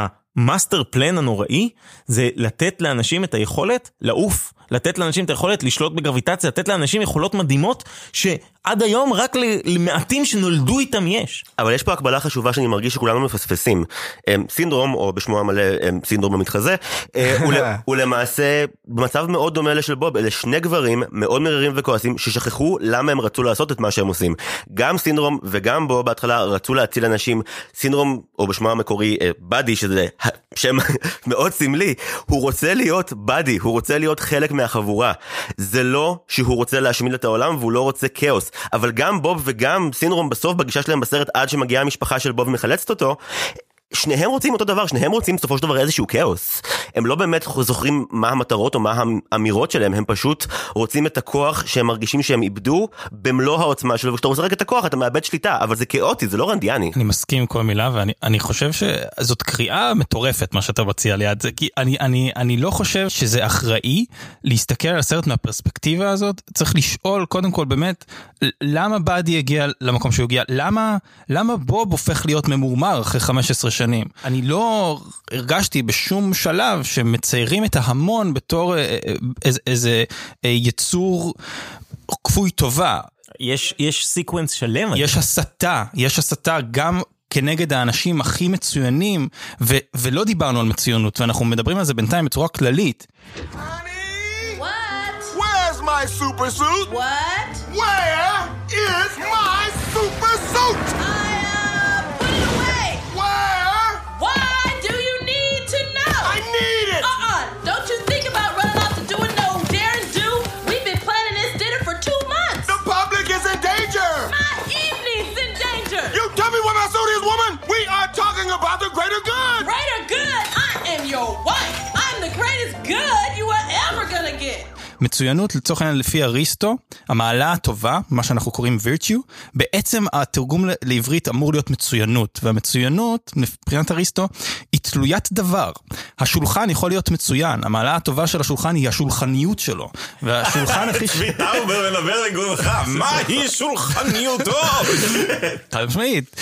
המאסטר פלן הנוראי זה לתת לאנשים את היכולת לעוף, לתת לאנשים את היכולת לשלוט בגרביטציה, לתת לאנשים יכולות מדהימות שעד היום רק למעטים שנולדו איתם יש. אבל יש פה הקבלה חשובה שאני מרגיש שכולנו מפספסים. סינדרום, או בשמו המלא סינדרום המתחזה, הוא למעשה במצב מאוד דומה לשל בוב. אלה שני גברים מאוד מרירים וכועסים ששכחו למה הם רצו לעשות את מה שהם עושים. גם סינדרום וגם בוב בהתחלה רצו להציל אנשים. סינדרום, או בשמו המקורי בדי, שזה שם מאוד סמלי, הוא רוצה להיות בדי, הוא רוצה להיות חלק מהחבורה. זה לא שהוא רוצה להשמיד את העולם והוא לא רוצה כאוס. אבל גם בוב וגם סינדרום בסוף בגישה שלהם בסרט עד שמגיעה המשפחה של בוב ומחלצת אותו, שניהם רוצים אותו דבר, שניהם רוצים בסופו של דבר איזשהו כאוס. הם לא באמת זוכרים מה המטרות או מה האמירות שלהם, הם פשוט רוצים את הכוח שהם מרגישים שהם איבדו במלוא העוצמה שלו, וכשאתה רוצה רק את הכוח אתה מאבד שליטה, אבל זה כאוטי, זה לא רנדיאני. אני מסכים עם כל מילה, ואני אני חושב שזאת קריאה מטורפת מה שאתה מציע ליד זה, כי אני, אני, אני לא חושב שזה אחראי להסתכל על הסרט מהפרספקטיבה הזאת. צריך לשאול קודם כל באמת, למה באדי הגיע למקום שהוא הגיע? למה, למה בוב הופך להיות ממורמר אחרי חמש עשרה שנים? אני לא הרגשתי בשום שלב שמציירים את ההמון בתור איזה, איזה יצור כפוי טובה. יש, יש סיקוונס שלם. יש הסתה, יש הסתה גם כנגד האנשים הכי מצוינים, ו, ולא דיברנו על מצוינות, ואנחנו מדברים על זה בינתיים בצורה כללית. Honey, what? Where's my super suit? What? Where is my super suit? I, uh, put it away. Where? Why do you need to know? I need it! Uh-uh, don't you think about running off to doing no daring do? We've been planning this dinner for two months. The public is in danger. My evening's in danger. You tell me what my suit is, woman. We are talking about the greater good. Greater good? I am your wife. I'm the greatest good you are ever gonna get. מצוינות לצורך העניין לפי אריסטו, המעלה הטובה, מה שאנחנו קוראים virtue, בעצם התרגום לעברית אמור להיות מצוינות, והמצוינות, מבחינת אריסטו, היא תלוית דבר. השולחן יכול להיות מצוין, המעלה הטובה של השולחן היא השולחניות שלו, והשולחן הכי... צבי טאובר מדבר לגולך, מה היא שולחניותו? חד משמעית.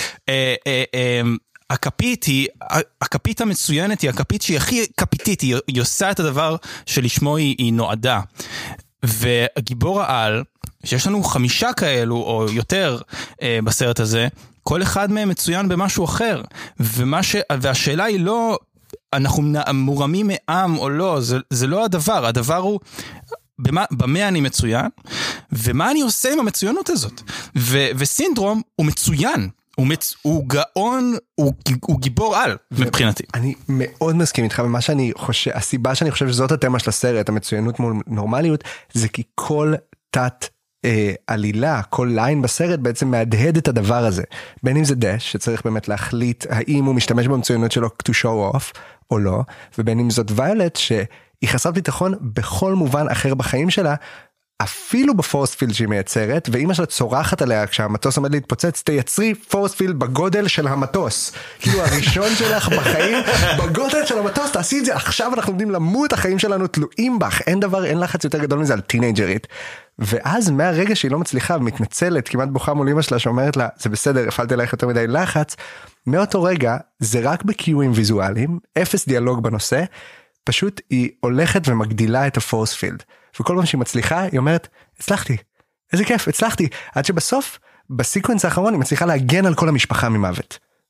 הכפית היא, הכפית המצוינת היא הכפית שהיא הכי כפיתית, היא, היא עושה את הדבר שלשמו היא, היא נועדה. והגיבור העל, שיש לנו חמישה כאלו או יותר אה, בסרט הזה, כל אחד מהם מצוין במשהו אחר. ומה ש, והשאלה היא לא, אנחנו מורמים מעם או לא, זה, זה לא הדבר, הדבר הוא... במה, במה אני מצוין, ומה אני עושה עם המצוינות הזאת. ו, וסינדרום הוא מצוין. הוא, מצ... הוא גאון, הוא, הוא גיבור על, מבחינתי. אני מאוד מסכים איתך, ומה שאני חושב, הסיבה שאני חושב שזאת התמה של הסרט, המצוינות מול נורמליות, זה כי כל תת אה, עלילה, כל ליין בסרט בעצם מהדהד את הדבר הזה. בין אם זה דש, שצריך באמת להחליט האם הוא משתמש במצוינות שלו to show off או לא, ובין אם זאת ויולט, שהיא חסרת ביטחון בכל מובן אחר בחיים שלה, אפילו בפורספילד שהיא מייצרת, ואמא שלה צורחת עליה כשהמטוס עומד להתפוצץ, תייצרי פורספילד בגודל של המטוס. כאילו הראשון שלך בחיים, בגודל של המטוס, תעשי את זה עכשיו, אנחנו יודעים למות, החיים שלנו תלויים בך, אין דבר, אין לחץ יותר גדול מזה על טינג'רית. ואז מהרגע שהיא לא מצליחה ומתנצלת, כמעט בוכה מול אמא שלה שאומרת לה, זה בסדר, הפעלתי עלייך יותר מדי לחץ, מאותו רגע זה רק בקיואים ויזואליים, אפס דיאלוג בנושא, פשוט היא הולכת ומגדילה את הפורספילד. וכל פעם שהיא מצליחה, היא אומרת, הצלחתי, איזה כיף, הצלחתי. עד שבסוף, בסיקוונס האחרון, היא מצליחה להגן על כל המשפחה ממוות.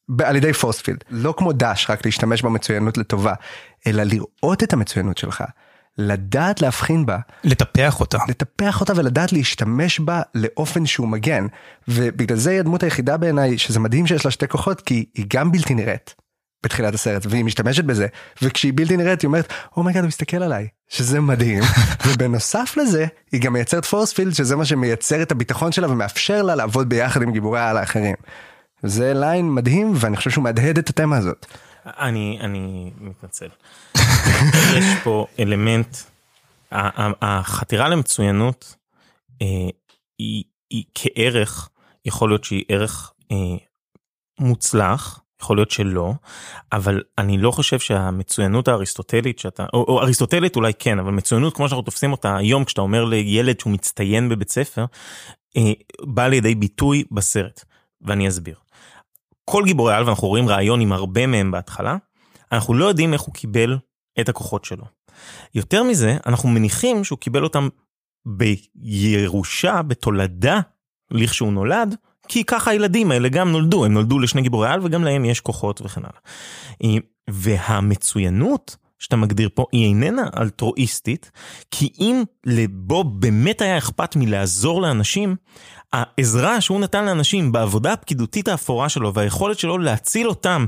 על ידי פורספילד, לא כמו דש, רק להשתמש במצוינות לטובה, אלא לראות את המצוינות שלך, לדעת להבחין בה, לטפח אותה, לטפח אותה ולדעת להשתמש בה לאופן שהוא מגן, ובגלל זה היא הדמות היחידה בעיניי, שזה מדהים שיש לה שתי כוחות, כי היא גם בלתי נראית בתחילת הסרט, והיא משתמשת בזה, וכשהיא בלתי נראית היא אומרת, אומייגאד, הוא מסתכל עליי, שזה מדהים, ובנוסף לזה, היא גם מייצרת פורספילד, שזה מה שמייצר את הביטחון שלה, ומאפשר לה לעבוד ביחד עם גיבורי העל האחרים. זה ליין מדהים, ואני חושב שהוא מהדהד את התמה הזאת. אני, אני מתנצל. יש פה אלמנט, החתירה למצוינות, היא, היא כערך, יכול להיות שהיא ערך מוצלח, יכול להיות שלא, אבל אני לא חושב שהמצוינות האריסטוטלית שאתה, או, או אריסטוטלית אולי כן, אבל מצוינות כמו שאנחנו תופסים אותה היום, כשאתה אומר לילד שהוא מצטיין בבית ספר, בא לידי ביטוי בסרט, ואני אסביר. כל גיבורי העל, ואנחנו רואים רעיון עם הרבה מהם בהתחלה, אנחנו לא יודעים איך הוא קיבל את הכוחות שלו. יותר מזה, אנחנו מניחים שהוא קיבל אותם בירושה, בתולדה, לכשהוא נולד, כי ככה הילדים האלה גם נולדו, הם נולדו לשני גיבורי העל, וגם להם יש כוחות וכן הלאה. והמצוינות שאתה מגדיר פה, היא איננה אלטרואיסטית, כי אם לבוב באמת היה אכפת מלעזור לאנשים, העזרה שהוא נתן לאנשים בעבודה הפקידותית האפורה שלו, והיכולת שלו להציל אותם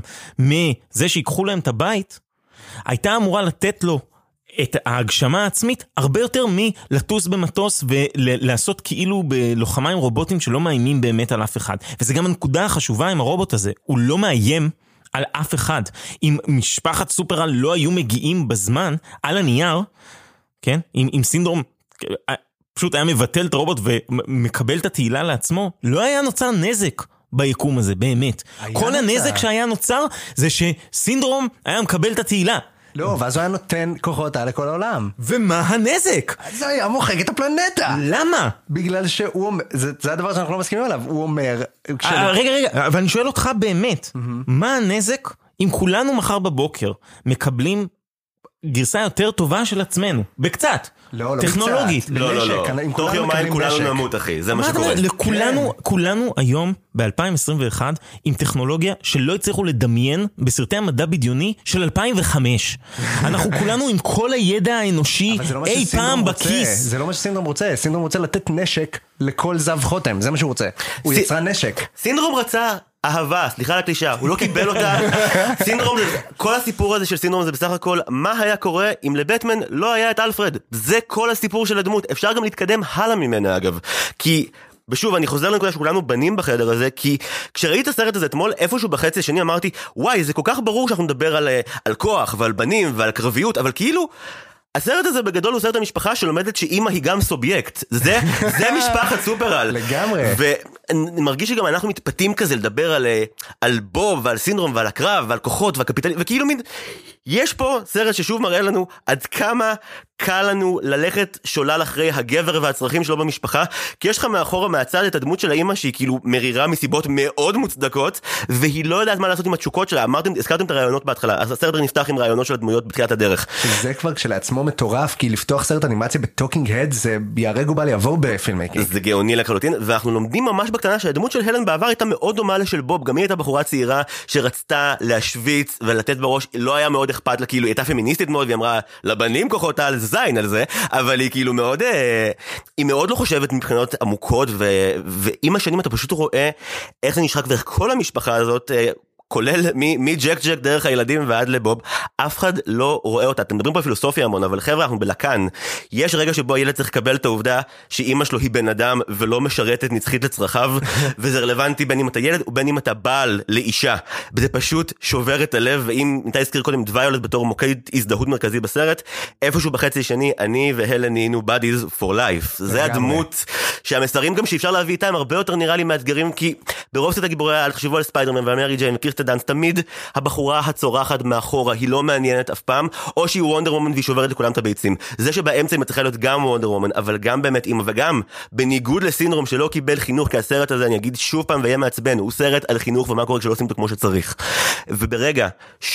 מזה שיקחו להם את הבית, הייתה אמורה לתת לו את ההגשמה העצמית הרבה יותר מלטוס במטוס ולעשות כאילו בלוחמה עם רובוטים שלא מאיימים באמת על אף אחד. וזה גם הנקודה החשובה עם הרובוט הזה, הוא לא מאיים על אף אחד. אם משפחת סופרל לא היו מגיעים בזמן על הנייר, כן? אם, אם סינדרום פשוט היה מבטל את הרובוט ומקבל את התהילה לעצמו, לא היה נוצר נזק ביקום הזה, באמת. כל הנזק שהיה נוצר זה שסינדרום היה מקבל את התהילה. לא, ואז הוא היה נותן כוחות על לכל העולם. ומה הנזק? זה היה מוחק את הפלנטה. למה? בגלל שהוא אומר, זה, זה הדבר שאנחנו לא מסכימים עליו, הוא אומר... כשלא... רגע, רגע, אבל אני שואל אותך באמת, מה הנזק אם כולנו מחר בבוקר מקבלים גרסה יותר טובה של עצמנו? בקצת. לא, לא טכנולוגית. בקצת. לא, לא, לא. תוך יומיים כולנו נמות, אחי. זה מה שקורה. לכולנו, כולנו היום ב-אלפיים עשרים ואחת עם טכנולוגיה שלא הצליחו לדמיין בסרטי המדע בדיוני של אלפיים וחמש. אנחנו כולנו עם כל הידע האנושי אי פעם בכיס. זה לא מה שסינדרום רוצה. סינדרום רוצה לתת נשק לכל זב חותם. זה מה שהוא רוצה. הוא יצרה נשק. סינדרום רצה אהבה, סליחה על הקלישה, הוא לא קיבל אותה. סינדרום, כל הסיפור הזה של סינדרום זה בסך הכל, מה היה קורה אם לבטמן לא היה את אלפרד? זה כל הסיפור של הדמות. אפשר גם להתקדם הלאה ממנה אגב, כי ושוב אני חוזר לנקודה שכולנו בנים בחדר הזה, כי כשראיתי את הסרט הזה אתמול איפשהו בחצי השני אמרתי, וואי זה כל כך ברור שאנחנו נדבר על, על כוח ועל בנים ועל קרביות, אבל כאילו הסרט הזה בגדול הוא סרט המשפחה שלומדת שאימא היא גם סובייקט. זה, זה משפחת סופרל. לגמרי. ואני מרגיש שגם אנחנו מתפתים כזה לדבר על, על בוב ועל סינדרום ועל הקרב ועל כוחות והקפיטלים, וכאילו מין, יש פה סרט ששוב מראה לנו עד כמה קל לנו ללכת שולל אחרי הגבר והצרכים שלו במשפחה, כי יש לך מאחורה מהצד את הדמות של האמא שהיא כאילו מרירה מסיבות מאוד מוצדקות, והיא לא יודעת מה לעשות עם התשוקות שלה. אמרתם, הזכרתם את הרעיונות בהתחלה, אז הסרט נפתח עם רעיונות של הדמויות בתחילת הדרך. שזה כבר כשלעצמו מטורף, כי לפתוח סרט אנימציה בטוקינג הד זה יהרג ובל יעבור בפילמייקינג. זה גאוני לחלוטין, ואנחנו לומדים ממש בקטנה שהדמות של הלן בעבר הייתה מאוד דומה לשל בוב. גם היא הייתה בחורה צעירה שרצתה להשוויץ ולתת בראש, לא היה מאוד אכפת לה, כאילו היא הייתה פמיניסטית מאוד, והיא אמרה לבנים כוחות על זין על זה, אבל היא כאילו מאוד, היא מאוד לא חושבת מבחינות עמוקות, ועם השנים אתה פשוט רואה איך זה נשחק, ואיך כל המשפחה הזאת, כולל מג'ק ג'ק דרך הילדים ועד לבוב, אף אחד לא רואה אותה. אתם מדברים פה פילוסופיה המון, אבל חבר'ה, אנחנו בלקן. יש רגע שבו הילד צריך לקבל את העובדה שאימא שלו היא בן אדם ולא משרתת נצחית לצרכיו, וזה רלוונטי בין אם אתה ילד ובין אם אתה בעל לאישה. וזה פשוט שובר את הלב, ואם ניתן להזכיר קודם את ויולט בתור מוקד הזדהות מרכזי בסרט, איפשהו בחצי השני, אני והלן נהיינו buddies for life. זה הדמות שהמסרים גם שאפשר להביא איתם הרבה יותר נראה לי מאתגרים, כי ברוב סרט הגיבורי העל, תחשבו על ספיידרמן ומרי ג'יין וקירסטן דאנסט, תמיד הבחורה הצורחת מאחורה היא לא מעניינת אף פעם, או שהיא וונדר וומן והיא שוברת לכולם את הביצים. זה שבאמצע היא מצליחה להיות גם וונדר וומן, אבל גם באמת אימא, וגם בניגוד לסינדרום שלא קיבל חינוך, כי הסרט הזה, אני אגיד שוב פעם ויהיה מעצבן, הוא סרט על חינוך ומה קורה כשלא עושים אותו כמו שצריך. וברגע ש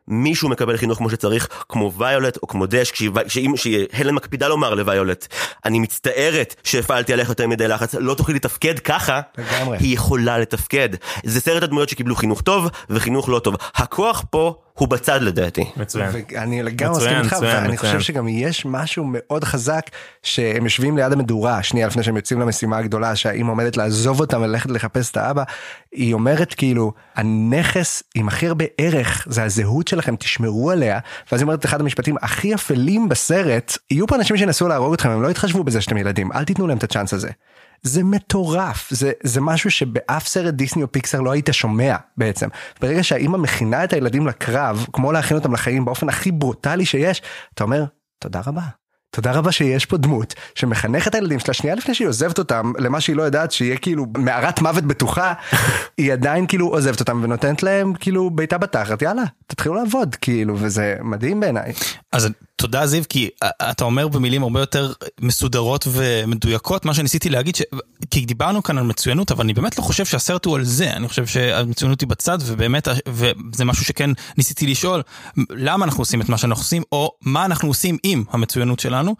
מישהו מקבל חינוך כמו שצריך, כמו ויולט או כמו דש, כשהלן מקפידה לומר לויולט, אני מצטערת שהפעלתי עליך יותר מדי לחץ, לא תוכלי לתפקד ככה, לגמרי. היא יכולה לתפקד. זה סרט הדמויות שקיבלו חינוך טוב וחינוך לא טוב. הכוח פה הוא בצד לדעתי. מצוין. ואני לגמרי מסכים איתך, ואני חושב שגם יש משהו מאוד חזק שהם יושבים ליד המדורה, שנייה לפני שהם יוצאים למשימה הגדולה, שהאמא עומדת לעזוב אותם וללכת לחפש את האבא, היא אומרת כאילו, הנכס עם הכי הרבה ערך, זה הזהות שלכם, תשמרו עליה, ואז היא אומרת אחד המשפטים הכי אפלים בסרט, יהיו פה אנשים שנסו להרוג אתכם, הם לא יתחשבו בזה שאתם ילדים, אל תיתנו להם את הצ'אנס הזה. זה מטורף, זה, זה משהו שבאף סרט דיסני או פיקסר לא היית שומע בעצם. ברגע שהאמא מכינה את הילדים לקרב, כמו להכין אותם לחיים באופן הכי ברוטלי שיש, אתה אומר, תודה רבה. תודה רבה שיש פה דמות שמחנך את הילדים שלה שנייה לפני שהיא עוזבת אותם למה שהיא לא יודעת שיהיה כאילו מערת מוות בטוחה, היא עדיין כאילו עוזבת אותם ונותנת להם כאילו ביתה בתחת, יאללה, תתחילו לעבוד כאילו, וזה מדהים בעיניי. אז תודה זיו, כי אתה אומר במילים הרבה יותר מסודרות ומדויקות, מה שניסיתי להגיד, ש... כי דיברנו כאן על מצוינות, אבל אני באמת לא חושב שהסרט הוא על זה, אני חושב שהמצוינות היא בצד, ובאמת, וזה משהו שכן ניסיתי לשאול, למה אנחנו עושים את מה שאנחנו עושים, או מה אנחנו עושים עם המצוינות שלנו,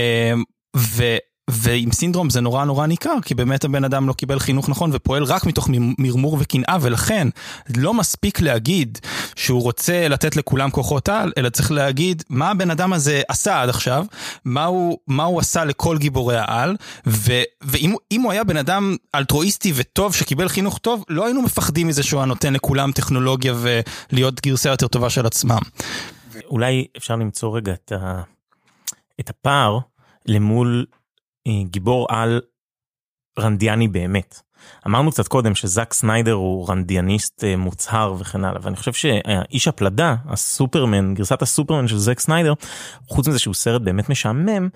ו... ועם סינדרום זה נורא נורא ניכר, כי באמת הבן אדם לא קיבל חינוך נכון, ופועל רק מתוך מרמור וקנאה, ולכן לא מספיק להגיד שהוא רוצה לתת לכולם כוחות על, אלא צריך להגיד מה הבן אדם הזה עשה עד עכשיו, מה הוא, מה הוא עשה לכל גיבורי העל, ו, ואם אם הוא היה בן אדם אלטרואיסטי וטוב, שקיבל חינוך טוב, לא היינו מפחדים מזה שהוא נותן לכולם טכנולוגיה, ולהיות גרסה יותר טובה של עצמם. אולי אפשר למצוא רגע את, ה, את הפער למול גיבור על רנדיאני באמת. אמרנו קצת קודם שזק סניידר הוא רנדיאניסט מוצהר וכן הלאה, ואני חושב שהאיש הפלדה, הסופרמן, גרסת הסופרמן של זק סניידר, חוץ מזה שהוא סרט באמת משעמם,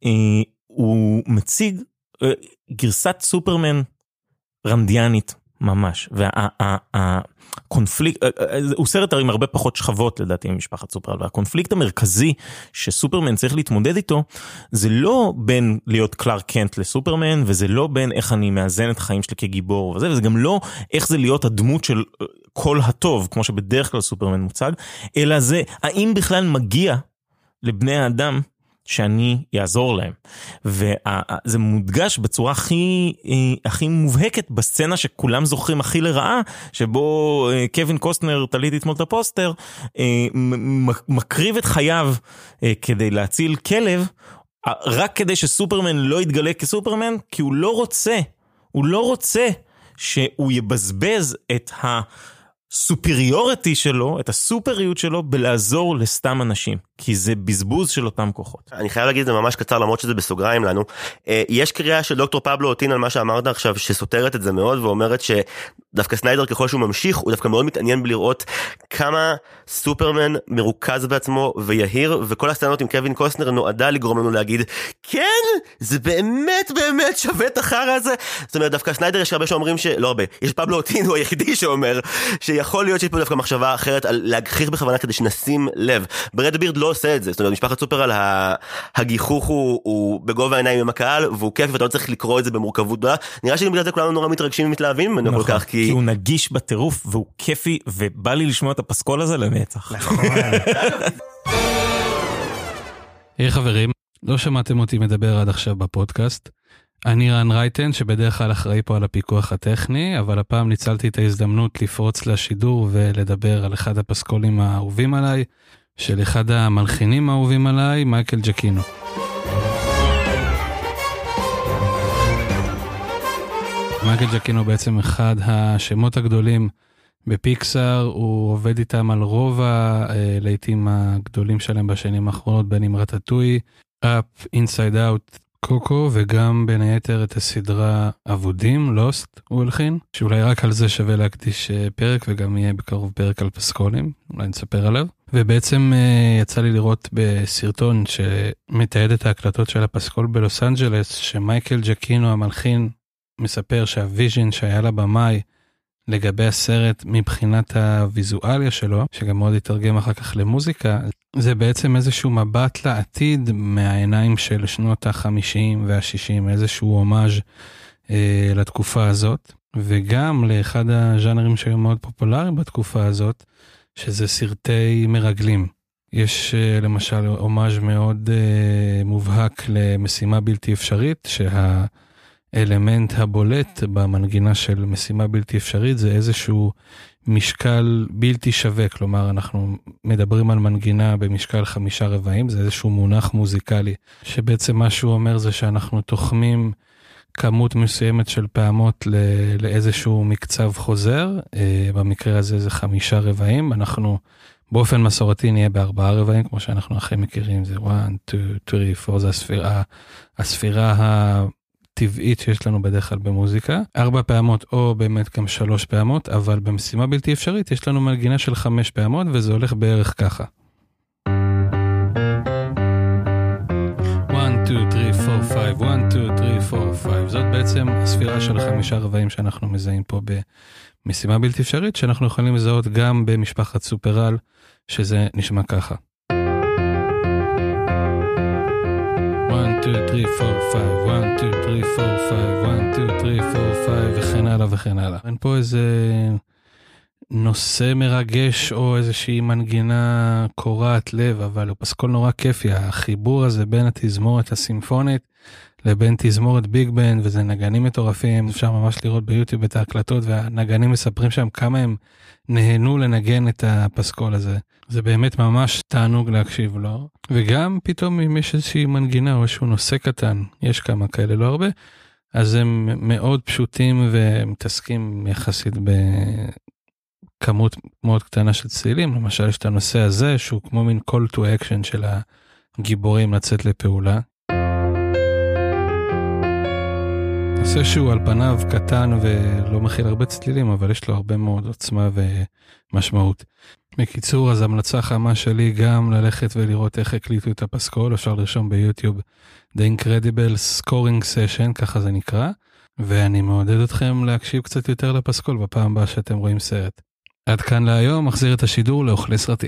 הוא מציג גרסת סופרמן רנדיאנית ממש, והקונפליקט, הוא סרט עם הרבה פחות שכבות לדעתי ממשפחת סופרל, והקונפליקט המרכזי שסופרמן צריך להתמודד איתו, זה לא בין להיות קלארק קנט לסופרמן, וזה לא בין איך אני מאזן את החיים שלי כגיבור וזה, וזה גם לא איך זה להיות הדמות של כל הטוב, כמו שבדרך כלל סופרמן מוצג, אלא זה האם בכלל מגיע לבני האדם שאני יעזור להם. וזה מודגש בצורה הכי, הכי מובהקת בסצנה שכולם זוכרים הכי לרעה, שבו קווין קוסטנר, תליתי אתמול את הפוסטר, מקריב את חייו כדי להציל כלב, רק כדי שסופרמן לא יתגלה כסופרמן, כי הוא לא רוצה, הוא לא רוצה שהוא יבזבז את ה... סופריוריטי שלו, את הסופריות שלו, בלעזור לסתם אנשים, כי זה בזבוז של אותם כוחות. אני חייב להגיד את זה ממש קצר, למרות שזה בסוגריים לנו. יש קריאה של דוקטור פבלו אוטין על מה שאמרת עכשיו, שסותרת את זה מאוד, ואומרת שדווקא סניידר ככל שהוא ממשיך, הוא דווקא מאוד מתעניין בלראות כמה סופרמן מרוכז בעצמו ויהיר, וכל הסצנות עם קווין קוסטנר נועדה לגרום לנו להגיד, כן, זה באמת באמת שווה את החרא הזה. זאת אומרת, דווקא סניידר יש הרבה שאומרים ש... לא הרבה, יש פבלו אוטין, הוא היחידי שאומר שיכול להיות שיש פה דווקא מחשבה אחרת על להגחיך בכוונה כדי שנשים לב. ברד בירד לא עושה את זה, זאת אומרת, משפחת סופרל, הגיחוך הוא, הוא בגובה העיניים עם הקהל, והוא כיף, ואתה לא צריך לקרוא את זה במורכבות גדולה. נראה שבגלל זה כולנו נורא מתרגשים ומתלהבים ממנו כל כך, כי... כי הוא נגיש בטירוף, והוא כיפי, ובא לי לשמוע את הפסקול הזה לנצח. היי חברים, לא שמעתם אותי מדבר עד עכשיו בפודקאסט. אני רן רייטן, שבדרך כלל אחראי פה על הפיקוח הטכני, אבל הפעם ניצלתי את ההזדמנות לפרוץ לשידור ולדבר על אחד הפסקולים האהובים עליי, של אחד המלחינים האהובים עליי, מייקל ג'קינו. מייקל ג'קינו בעצם אחד השמות הגדולים בפיקסאר, הוא עובד איתם על רוב הלהיטים הגדולים שלהם בשנים האחרונות, בין אם רטטוי, אפ, אינסייד אאוט, קוקו, וגם בין היתר את הסדרה אבודים, לוסט, הוא הלחין, שאולי רק על זה שווה להקדיש פרק, וגם יהיה בקרוב פרק על פסקולים, אולי נספר עליו. ובעצם יצא לי לראות בסרטון שמתעד את ההקלטות של הפסקול בלוס אנג'לס, שמייקל ג'קינו המלחין מספר שהוויז'ן שהיה לבמאי לגבי הסרט מבחינת הוויזואליה שלו, שגם מאוד יתרגם אחר כך למוזיקה, זה בעצם איזשהו מבט לעתיד מהעיניים של שנות החמישים והשישים, איזשהו הומאז' אה, לתקופה הזאת, וגם לאחד הז'אנרים שהיו מאוד פופולריים בתקופה הזאת, שזה סרטי מרגלים. יש למשל אומאז' מאוד uh, מובהק למשימה בלתי אפשרית, שהאלמנט הבולט במנגינה של משימה בלתי אפשרית זה איזשהו משקל בלתי שווה, כלומר אנחנו מדברים על מנגינה במשקל חמישה רבעים, זה איזשהו מונח מוזיקלי, שבעצם מה שהוא אומר זה שאנחנו תוחמים כמות מסוימת של פעמות לאיזשהו מקצב חוזר, במקרה הזה זה חמישה רבעים, אנחנו באופן מסורתי נהיה בארבעה רבעים, כמו שאנחנו הכי מכירים, זה אחת, שתיים, שלוש, ארבע, זה הספירה, הספירה הטבעית שיש לנו בדרך כלל במוזיקה, ארבע פעמות או באמת גם שלוש פעמות, אבל במשימה בלתי אפשרית יש לנו מנגינה של חמש פעמות, וזה הולך בערך ככה. אחת, שתיים, שלוש, ארבע, חמש, אחת, שתיים, שלוש, ארבע, חמש, זאת בעצם הספירה של החמישה רבעים שאנחנו מזהים פה במשימה בלתי אפשרית, שאנחנו יכולים לזהות גם במשפחת סופרל, שזה נשמע ככה. אחת, שתיים, שלוש, ארבע, חמש, אחת, שתיים, שלוש, ארבע, חמש, אחת, שתיים, שלוש, ארבע, חמש, וכן הלאה וכן הלאה. אין פה איזה נושא מרגש או איזושהי מנגינה קורעת לב, אבל הוא פסקול נורא כיפי, החיבור הזה בין התזמורת הסימפונית לבין תזמורת ביג בנד, וזה נגנים מטורפים, אפשר ממש לראות ביוטיוב את ההקלטות, והנגנים מספרים שם כמה הם נהנו לנגן את הפסקול הזה. זה באמת ממש תענוג להקשיב לו, וגם פתאום אם יש איזושהי מנגינה או איזשהו נושא קטן, יש כמה כאלה, לא הרבה, אז הם מאוד פשוטים ומתעסקים יחסית בכמות מאוד קטנה של צלילים, למשל יש את הנושא הזה, שהוא כמו מין call to action של הגיבורים לצאת לפעולה. נושא שהוא על פניו קטן ולא מכיל הרבה צלילים, אבל יש לו הרבה מאוד עוצמה ומשמעות. בקיצור, אז המלצה חמה שלי גם ללכת ולראות איך הקליטו את הפסקול, אפשר לרשום ביוטיוב The Incredible Scoring Session, ככה זה נקרא, ואני מעודד אתכם להקשיב קצת יותר לפסקול בפעם הבאה שאתם רואים סרט. עד כאן להיום, מחזיר את השידור לאוכלי סרטים.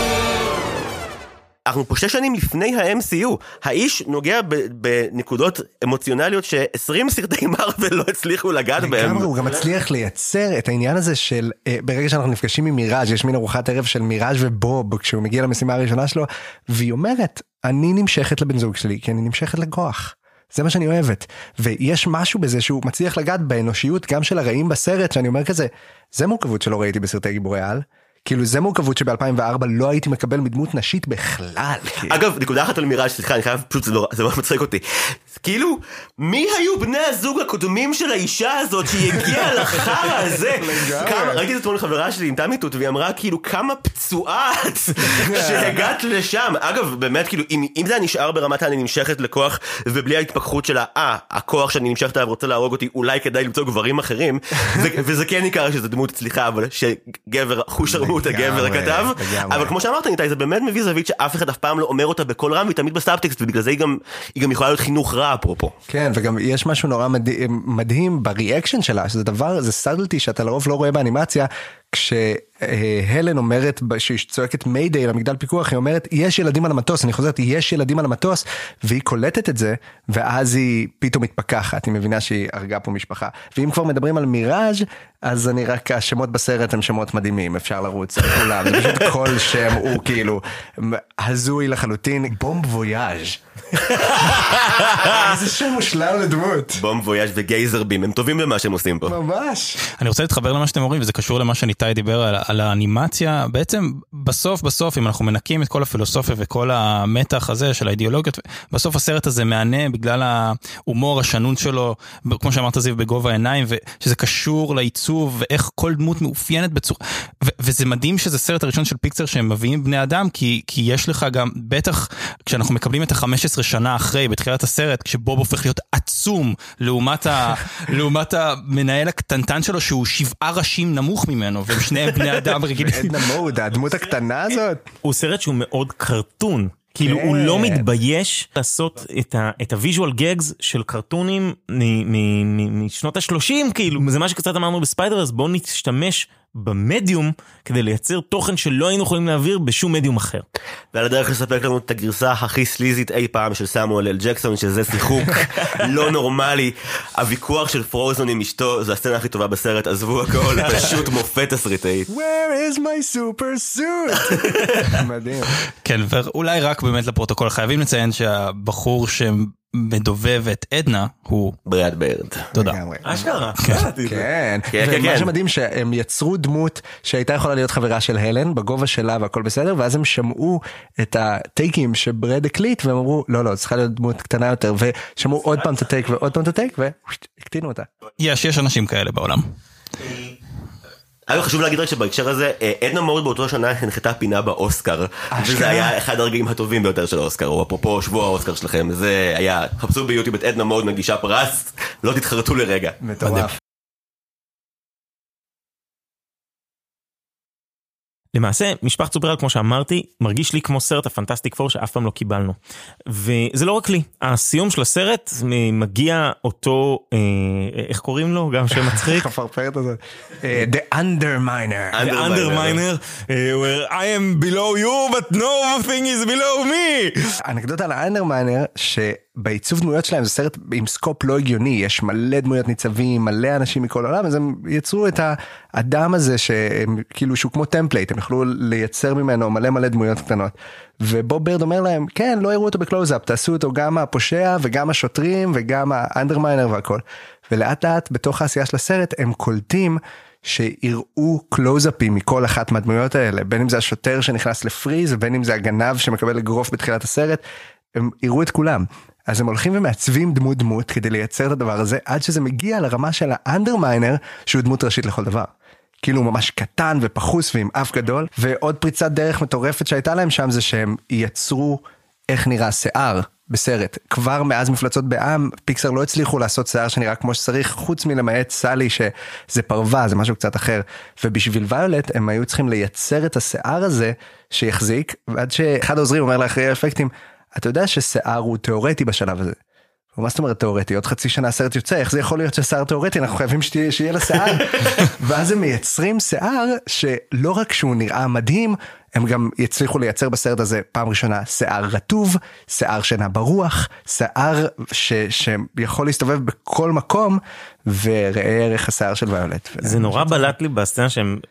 אנחנו פה שש שנים לפני ה-אם סי יו, האיש נוגע בנקודות אמוציונליות ש-עשרים סרטי מרוול לא הצליחו לגעת בהם. הוא גם מצליח לייצר את העניין הזה של, ברגע שאנחנו נפגשים עם מיראז', יש מין ארוחת ערב של מיראז' ובוב, כשהוא מגיע למשימה הראשונה שלו, והיא אומרת, אני נמשכת לבן זוג שלי, כי אני נמשכת לכוח. זה מה שאני אוהבת. ויש משהו בזה שהוא מצליח לגעת באנושיות, גם של הרעים בסרט, שאני אומר כזה, זה מורכבות שלא ראיתי בסרטי גיבורי על. כאילו זה מורכבות שב-אלפיים וארבע לא הייתי מקבל מדמות נשית בכלל. אגב, נקודה אחת על מיראז', סליחה, אני חייב, פשוט זה לא מצחיק אותי. כאילו, מי היו בני הזוג הקודמים של האישה הזאת שהיא הגיעה לחרא הזה? ראיתי את אתמול חברה שלי עם תמיתות, והיא אמרה כאילו כמה פצועה שהגעת לשם. אגב, באמת, כאילו, אם זה נשאר ברמת אני נמשכת לכוח, ובלי ההתפכחות שלה, אה, הכוח שאני נמשכת עליו רוצה להרוג אותי, אולי כדאי למצוא גברים אחרים, וזה כן ניכר שזה דמות, סליחה, אבל שגבר חוש את הגבר הכתב, אבל כמו שאמרת ניתאי, זה באמת מביא זווית שאף אחד אף פעם לא אומר אותה בכל רם, והיא תמיד בסאבטקסט, ובגלל זה היא גם, היא גם יכולה להיות חינוך רע אפרופו. כן, וגם יש משהו נורא מדהים בריאקשן שלה, שזה דבר, זה סאדלטי שאתה לרוב לא רואה באנימציה, כשהלן אומרת שהיא צועקת מיידיי למגדל פיקוח, היא אומרת יש ילדים על המטוס, אני חוזרת יש ילדים על המטוס, והיא קולטת את זה, ואז היא פתאום מתפקחת, היא מבינה שהיא הרגה פה משפחה. ואם כבר מדברים על מיראז', אז אני רק, השמות בסרט הם שמות מדהימים, אפשר לרוץ על כולם, זה פשוט כל שם הוא כאילו הזוי לחלוטין, בום וויאז'. איזה שם מושלם לדמות. בום וויאז' וגייזר בים, הם טובים במה שהם עושים פה. ממש. אני רוצה להתחבר למה שאתם אומרים, וזה קשור למה שניתאי דיבר על, על האנימציה. בעצם בסוף בסוף אם אנחנו מנקים את כל הפילוסופיה וכל המתח הזה של האידיאולוגיות, בסוף הסרט הזה מענה בגלל ההומור השנון שלו, כמו שאמרת זיו, בגובה העיניים, ושזה קשור לעיצוב ואיך כל דמות מאופיינת בצורה, ו- וזה מדהים שזה סרט הראשון של פיקסר שהם מביאים בני אדם, כי, כי יש לך גם, בטח כשאנחנו מקבלים את ה-חמש עשרה שנה אחרי, בתחילת הסרט, כשבוב הופך להיות עצום לעומת, ה- לעומת המנהל הקטנטן שלו, שהוא שבעה ראשים נמוך ממנו, והם שניהם בני אדם רגילים. עדנה מוד, הדמות הקטנה הזאת. הוא סרט שהוא מאוד קרטון. כאילו הוא לא מתבייש לעשות את הוויז'ואל גגס של קרטונים משנות ה-שלושים, כאילו זה מה שקצת אמרנו בספיידר, אז בואו נשתמש במדיום כדי לייצר תוכן שלא היינו יכולים להעביר בשום מדיום אחר. ועל הדרך לספק לנו את הגרסה הכי סליזית אי פעם של סמואל אל ג'קסון, שזה שיחוק לא נורמלי. הוויכוח של פרוזן עם אשתו, זו הסצנה הכי טובה בסרט, עזבו הכל, פשוט מופת תסריטאית. Where is my super suit? מדהים. כן, ואולי רק באמת לפרוטוקול, חייבים לציין שהבחור שמדובב את עדנה הוא ברד ברד. תודה. אשכרה. כן, כן, ומה כן. שמדהים שהם יצרו דמות שהייתה יכולה להיות חברה של הלן בגובה שלה והכל בסדר, ואז הם שמעו את הטייקים שברד הקליט והם אמרו לא לא, צריכה להיות דמות קטנה יותר, ושמעו עוד פעם את הטייק ועוד פעם את הטייק והקטינו אותה. יש, יש אנשים כאלה בעולם. היה חשוב להגיד רק שבהקשר הזה, עדנה מורד באותו שנה הנחתה פינה באוסקר, וזה היה אחד הרגעים הטובים ביותר של האוסקר, או אפרופו שבוע האוסקר שלכם, זה היה, חפשו ביוטיוב את עדנה מורד מגישה פרס, לא תתחרטו לרגע. מטורף. למעשה, משפחת סופרהירו, כמו שאמרתי, מרגיש לי כמו סרט הפנטסטיק פור שאף פעם לא קיבלנו. וזה לא רק לי. הסיום של הסרט מגיע אותו, אה, איך קוראים לו? גם שם מצחיק. הפרפרת הזאת. The Underminer. The Underminer, where I am below you, but no thing is below me. האנקדוטה על האנדרמיינר, שבעיצוב דמויות שלהם זה סרט עם סקופ לא הגיוני, יש מלא דמויות ניצבים, מלא אנשים מכל העולם, אז הם יצרו את האדם הזה, שהם, כאילו שהוא כמו טמפלייט, הם יכלו לייצר ממנו מלא מלא דמויות קטנות, ובוב ברד אומר להם, כן, לא יראו אותו בקלוז-אפ, תעשו אותו גם הפושע, וגם השוטרים, וגם האנדרמיינר והכל, ולאט לאט בתוך העשייה של הסרט, הם קולטים, שיראו קלוז-אפים מכל אחת מהדמויות האלה, בין אם זה השוטר שנכנס לפריז, ובין אם זה הגנב שמקבל לגרוף בתחילת הסרט, הם יראו את כולם. אז הם הולכים ומעצבים דמות דמות כדי לייצר את הדבר הזה, עד שזה מגיע לרמה של האנדרמיינר, שהוא דמות ראשית לכל דבר. כאילו הוא ממש קטן ופחוס ועם אף גדול, ועוד פריצת דרך מטורפת שהייתה להם שם, זה שהם יצרו איך נראה שיער בסרט. כבר מאז מפלצות בעם, פיקסר לא הצליחו לעשות שיער שנראה כמו שצריך, חוץ מלמעט סלי שזה פרווה, זה משהו קצת אחר. ובשביל ויולט הם היו צריכים לייצר את השיער הזה שיחזיק, ועד שאחד העוזרים אומר לאחרי האפקטים, אתה יודע ששיער הוא תיאורטי בשלב הזה. ומה זאת אומרת תיאורטי? עוד חצי שנה הסרט יוצא, איך זה יכול להיות ששיער תיאורטי? אנחנו חייבים שתהיה, שיהיה לה שיער. ואז הם מייצרים שיער שלא רק שהוא נראה מדהים, הם גם יצליחו לייצר בסרט הזה פעם ראשונה שיער רטוב, שיער שינה ברוח, שיער ש, שיכול להסתובב בכל מקום, וראה ערך השיער של ויולט. זה נורא בלט לי בסצנה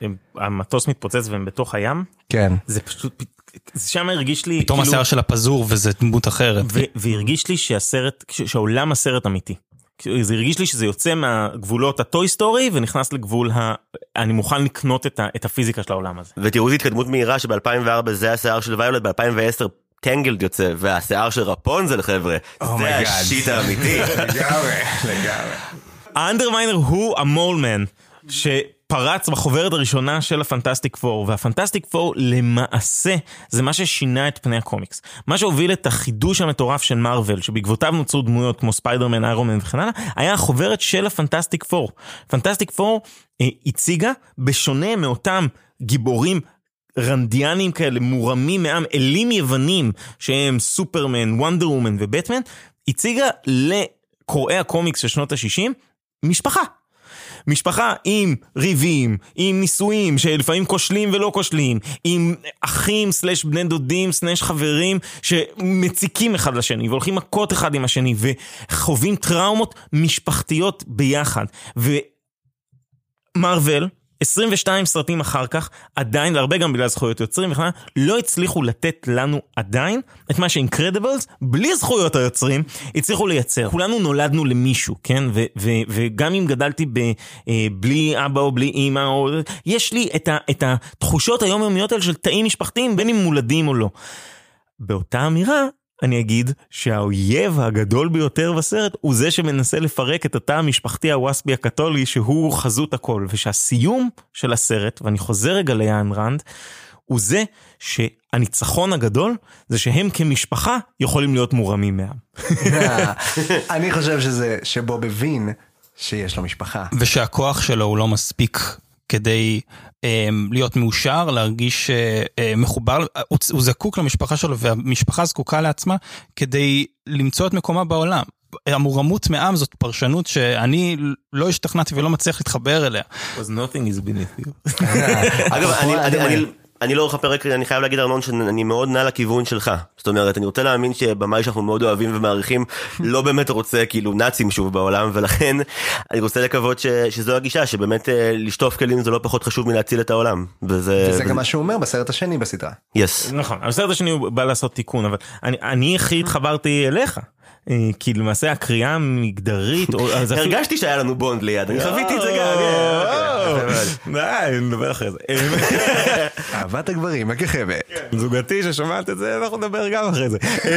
שהמטוס מתפוצץ והם בתוך הים. כן. זה פשוט... שם הרגיש לי... פתאום השיער של הפזור וזה דמות אחרת. והרגיש לי שהסרט, שהעולם הסרט אמיתי. זה הרגיש לי שזה יוצא מהגבולות הטוי סטורי ונכנס לגבול ה... אני מוכן לקנות את, ה... את הפיזיקה של העולם הזה. ותראו איזו התקדמות מהירה שב-אלפיים וארבע זה השיער של ויולט, ב-אלפיים ועשר טנגלד יוצא, והשיער של רפונזל חבר'ה, זה השיט האמיתי. לגמרי, לגמרי. האנדרמיינר הוא המולמן, ש... פרץ בחוברת הראשונה של הפנטסטיק פור, והפנטסטיק פור למעשה זה מה ששינה את פני הקומיקס. מה שהוביל את החידוש המטורף של מארוול, שבעקבותיו נוצרו דמויות כמו ספיידרמן, איירון מן וכן הלאה, היה החוברת של הפנטסטיק פור. פנטסטיק פור אה, הציגה, בשונה מאותם גיבורים רנדיאנים כאלה, מורמים מעם, אלים יוונים, שהם סופרמן, וונדר וומן ובטמן, הציגה לקוראי הקומיקס של שנות ה-שישים, משפחה. משפחה עם ריבים, עם נישואים שלפעמים כושלים ולא כושלים, עם אחים סלש בני דודים סלש חברים שמציקים אחד לשני והולכים מכות אחד עם השני וחווים טראומות משפחתיות ביחד. ומרוול עשרים ושתיים סרטים אחר כך עדיין, והרבה גם בגלל זכויות יוצרים וכן, לא הצליחו לתת לנו עדיין את מה שאינקרדיבלס בלי זכויות היוצרים הצליחו לייצר. כולנו נולדנו למישהו, כן? ו- ו- וגם אם גדלתי ב- בלי אבא או בלי אמא, או... יש לי את, ה- את התחושות היומיומיות האלה של תאים משפחתיים, בין אם מולדים או לא. באותה אמירה, אני אגיד שהאויב הגדול ביותר בסרט הוא זה שמנסה לפרק את התא המשפחתי הווספי הקתולי שהוא חזות הכל, ושהסיום של הסרט, ואני חוזר רגע ליאן רנד, הוא זה שהניצחון הגדול זה שהם כמשפחה יכולים להיות מורמים מהם. אני חושב שזה שבוב הבין שיש לו משפחה. ושהכוח שלו הוא לא מספיק כדי להיות מאושר, להרגיש מחובר, הוא זקוק למשפחה שלו, והמשפחה זקוקה לעצמה כדי למצוא את מקומה בעולם. המורמות מעם זאת פרשנות שאני לא השתכנעתי ולא מצליח להתחבר אליה. Because nothing is beneath you. אגב, אני... אני לא ארחפר, אני חייב להגיד ארנון שאני מאוד נע לכיוון שלך. זאת אומרת, אני רוצה להאמין שבמאי שאנחנו מאוד אוהבים ומעריכים, לא באמת רוצה כאילו נאצים שוב בעולם, ולכן אני רוצה לקוות שזו הגישה, שבאמת לשטוף כלים זה לא פחות חשוב מלהציל את העולם. וזה גם מה שהוא אומר בסרט השני בסדרה. Yes. נכון, בסרט השני הוא בא לעשות תיקון, אבל אני הכי התחברתי אליך. כי למעשה הקריאה המגדרית הרגשתי שהיה לנו בונד ליד, אני חוויתי את זה גם. די, נדבר אחרי זה. אהבת הגברים, הכחבא. זוגתי ששומעת את זה, אנחנו נדבר גם אחרי זה.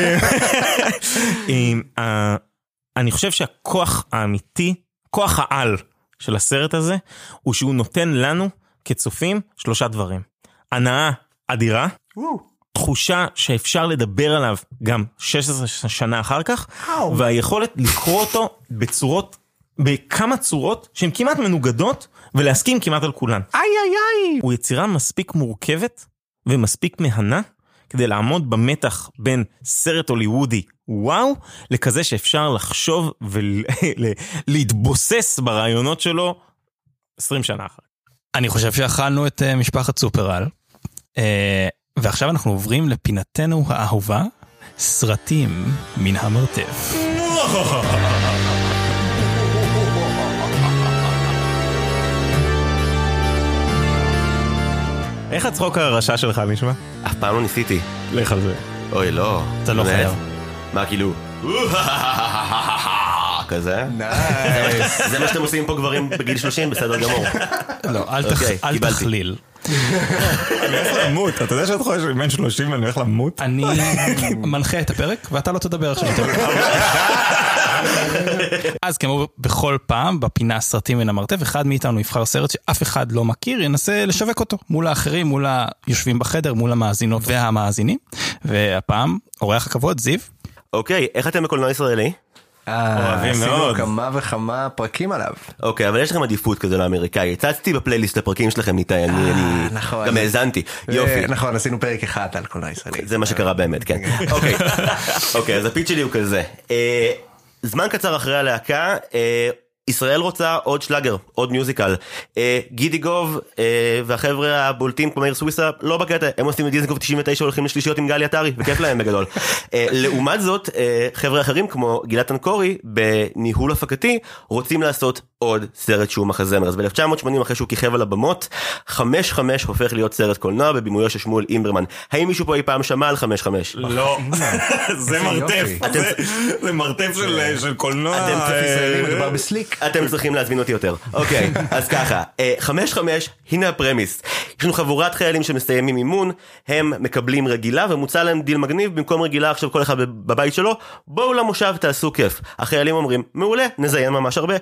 אני חושב שהכוח האמיתי, כוח העל של הסרט הזה, הוא שהוא נותן לנו כצופים שלושה דברים. הנאה אדירה, תחושה שאפשר לדבר עליו גם שש עשרה שנה אחר כך, והיכולת לקרוא אותו בצורות, בכמה צורות שהן כמעט מנוגדות, ולהסכים כמעט על כולן. איי איי איי! הוא יצירה מספיק מורכבת, ומספיק מהנה, כדי לעמוד במתח בין סרט הוליוודי, וואו, לכזה שאפשר לחשוב ולהתבוסס ברעיונות שלו עשרים שנה אחר. אני חושב שאכלנו את משפחת סופרל, ועכשיו אנחנו עוברים לפינתנו האהובה, סרטים מן המרתף. איך הצחוק הרשע שלך נשמע? אף פעם לא ניסיתי. לך על זה. אוי לא. אתה לא חייב. מה כאילו? כזה? נייס. זה מה שאתם עושים פה גברים בגיל שלושים, בסדר גמור. לא, אל תכליל. אני הולך למות, אתה יודע שאת חושב שבן שלושים ואני הולך למות? אני מנחה את הפרק ואתה לא תדבר עכשיו. אז כמו בכל פעם בפינה סרטים מן המרתף, אחד מאיתנו יבחר סרט שאף אחד לא מכיר, ינסה לשווק אותו מול האחרים, מול היושבים בחדר, מול המאזינות והמאזינים. והפעם אורח הכבוד, זיו. אוקיי, איך אתם בקולנוע ישראלי? אוהבים מאוד. עשינו כמה וכמה פרקים עליו. אוקיי, אבל יש לכם עדיפות כזה לאמריקאי. הצצתי בפלייליסט לפרקים שלכם ניתאי, אני גם האזנתי. יופי. נכון, עשינו פרק אחד על קולנוע ישראלי. זה מה שקרה באמת, כן. אוקיי, אוקיי, אז הפיץ שלי הוא כזה. זמן קצר אחרי הלהקה, ישראל רוצה עוד שלאגר, עוד מיוזיקל. גידי גוב והחבר'ה הבולטים כמו מאיר סוויסה לא בקטע, הם עושים את דיזנגוף תשעים ותשע הולכים לשלישיות עם גלי עטרי, וכיף להם בגדול. לעומת זאת, חבר'ה אחרים כמו גילת אנקורי בניהול הפקתי רוצים לעשות עוד סרט שהוא מחזמר. אז ב-אלף תשע מאות שמונים אחרי שהוא כיכב על הבמות, חמש חמש הופך להיות סרט קולנוע בבימויו של שמואל אימברמן. האם מישהו פה אי פעם שמע על חמש חמש? לא. זה מרתף. זה מרתף של קולנוע. אתם קצת ישראלים, מדובר בסליק. אתם צריכים להזמין אותי יותר. אוקיי, אז ככה, חמש חמש, הנה הפרמיס. יש לנו חבורת חיילים שמסיימים אימון, הם מקבלים רגילה ומוצא להם דיל מגניב, במקום רגילה עכשיו כל אחד בבית שלו, בואו למושב תעשו כיף. החיילים אומרים, מעולה, נזיין ממש הרבה.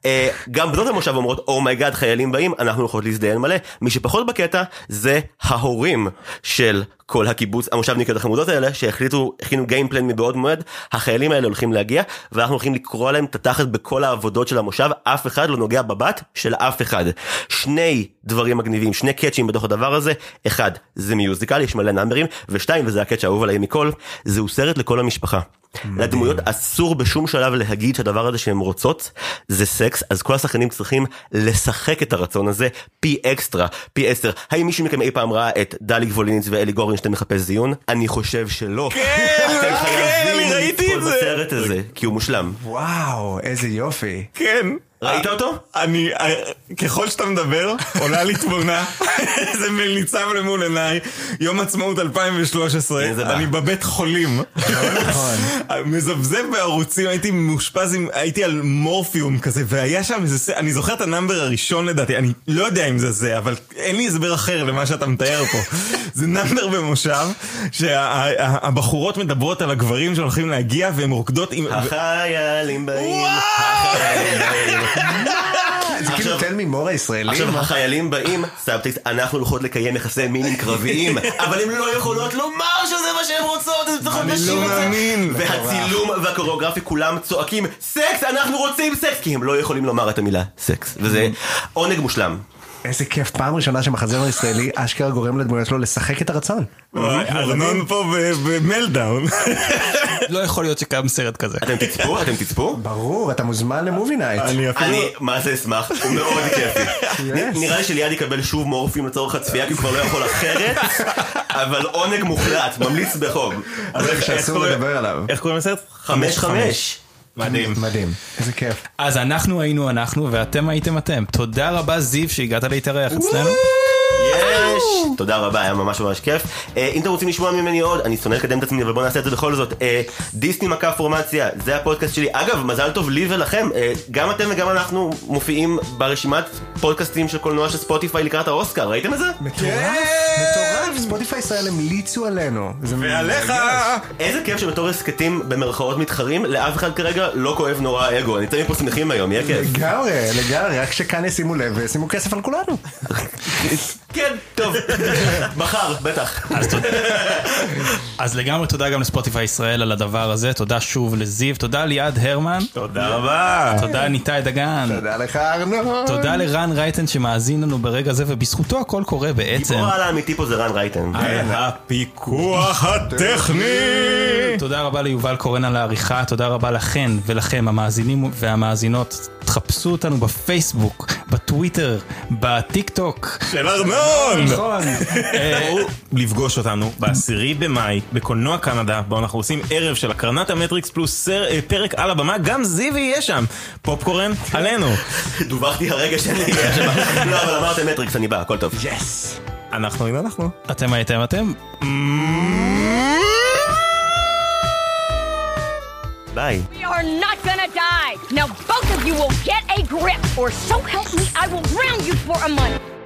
גם בנות המושב אומרות, אומייגאד, חיילים באים, אנחנו יכולים להזדיין מלא. מי שפחות בקטע זה ההורים של כל הקיבוץ, המושבניקיות החמודות האלה, שהחליטו, הכינו גיימפלן מבעוד מועד, החיילים האלה הולכים להגיע, ואנחנו הולכים לקרוא להם את התחת בכל העבודות של המושב, אף אחד לא נוגע בבת של אף אחד. שני דברים מגניבים, שני קאצ'ים בתוך הדבר הזה, אחד, זה מיוזיקל, יש מלא נאמברים, ושתיים, וזה הקאצ' האהוב עליי מכל, זהו סרט לכל המשפחה. לדמויות אסור בשום שלב להגיד שהדבר הזה שהן רוצות זה סקס, אז כל השחקנים צריכים לשחק את הרצון הזה פי אקסטרה, פי עשר. האם מישהו מכם אי פעם ראה את דלי גבוליניץ ואלי גורנשטיין מחפש זיון? אני חושב שלא. כן, כן, אני ראיתי את זה. בסרט הזה, כי הוא מושלם. וואו, איזה יופי. כן. ראית אותו? אני, ככל שאתה מדבר, עולה לי תמונה, זה ניצב למול עיניי, יום עצמאות אלפיים ושלוש עשרה, אני בבית חולים, מזבזב בערוצים, הייתי מאושפז, הייתי על מורפיום כזה, והיה שם איזה, אני זוכר את הנאמבר הראשון לדעתי, אני לא יודע אם זה זה, אבל אין לי הסבר אחר למה שאתה מתאר פה. זה נאמבר במושב, שהבחורות מדברות על הגברים שהולכים להגיע, והן רוקדות עם... החיילים באים, החיילים באים. זה כאילו תן ממור הישראלים. עכשיו החיילים באים, סאבטקסט, אנחנו הולכות לקיים יחסי מינים קרביים, אבל הן לא יכולות לומר שזה מה שהן רוצות, הן צריכות לשיר את זה. והצילום והקוריאוגרפי כולם צועקים סקס, אנחנו רוצים סקס, כי הם לא יכולים לומר את המילה סקס, וזה עונג מושלם. איזה כיף, פעם ראשונה שמחזמר ישראלי אשכרה גורם לדמויות שלו לשחק את הרצון. ארנון פה במלדאון. לא יכול להיות שקיים סרט כזה. אתם תצפו? אתם תצפו? ברור, אתה מוזמן למובי נייט. אני אפילו... אני, מה זה אשמח? הוא מאוד כיפי. נראה לי שליד יקבל שוב מורפים לצורך הצפייה, כי הוא כבר לא יכול אחרת, אבל עונג מוחלט, ממליץ בחום. שאסור לדבר עליו. איך קוראים לסרט? חמש חמש. מדהים. מדהים, איזה כיף. אז אנחנו היינו אנחנו ואתם הייתם אתם. תודה רבה זיו שהגעת להתארח אצלנו. יש! תודה רבה, היה ממש ממש כיף. אם אתם רוצים לשמוע ממני עוד, אני שונא לקדם את עצמי, אבל בואו נעשה את זה בכל זאת. דיסני מכה פורמציה, זה הפודקאסט שלי. אגב, מזל טוב לי ולכם, גם אתם וגם אנחנו מופיעים ברשימת פודקאסטים של קולנוע של ספוטיפיי לקראת האוסקר, ראיתם את זה? מטורף, מטורף, ספוטיפיי ישראל המליצו עלינו. ועליך! איזה כיף שבתור הסקטים במרכאות מתחרים, לאף אחד כרגע לא כואב נורא האגו. אני אצא מפה שמחים היום, יהיה כיף. לגמרי, לגמרי, רק שכאן ישימו לב וישימו כסף על כולנו. כן, טוב. מחר, בטח. אז לגמרי תודה גם לספוטיפיי ישראל על הדבר הזה, תודה שוב לזיו, תודה ליעד הרמן, תודה רבה. תודה ניתאי דגן, תודה לך ארנון. תודה לרן רייטן שמאזין לנו ברגע זה, ובזכותו הכל קורה בעצם. גיבור על האמיתי פה זה רן רייטן. הפיקוח הטכני. תודה רבה ליובל קורן על העריכה, תודה רבה לכן ולכם המאזינים והמאזינות. תחפשו אותנו בפייסבוק, בטוויטר, בטיק טוק של ארנון. נכון. בואו לפגוש אותנו בעשירי במאי בקולנוע קנדה, בו אנחנו עושים ערב של הקרנת המטריקס פלוס פרק על הבמה, גם זיו יהיה שם. פופקורן עלינו. דווחתי הרגע שאני אהיה שם. לא, אבל אמרתם מטריקס, אני בא, הכל טוב. יס. אנחנו אם אנחנו. אתם הייתם אתם. ביי. We are not gonna die. Now both of you will get a grip, or so help me, I will drown you for a month.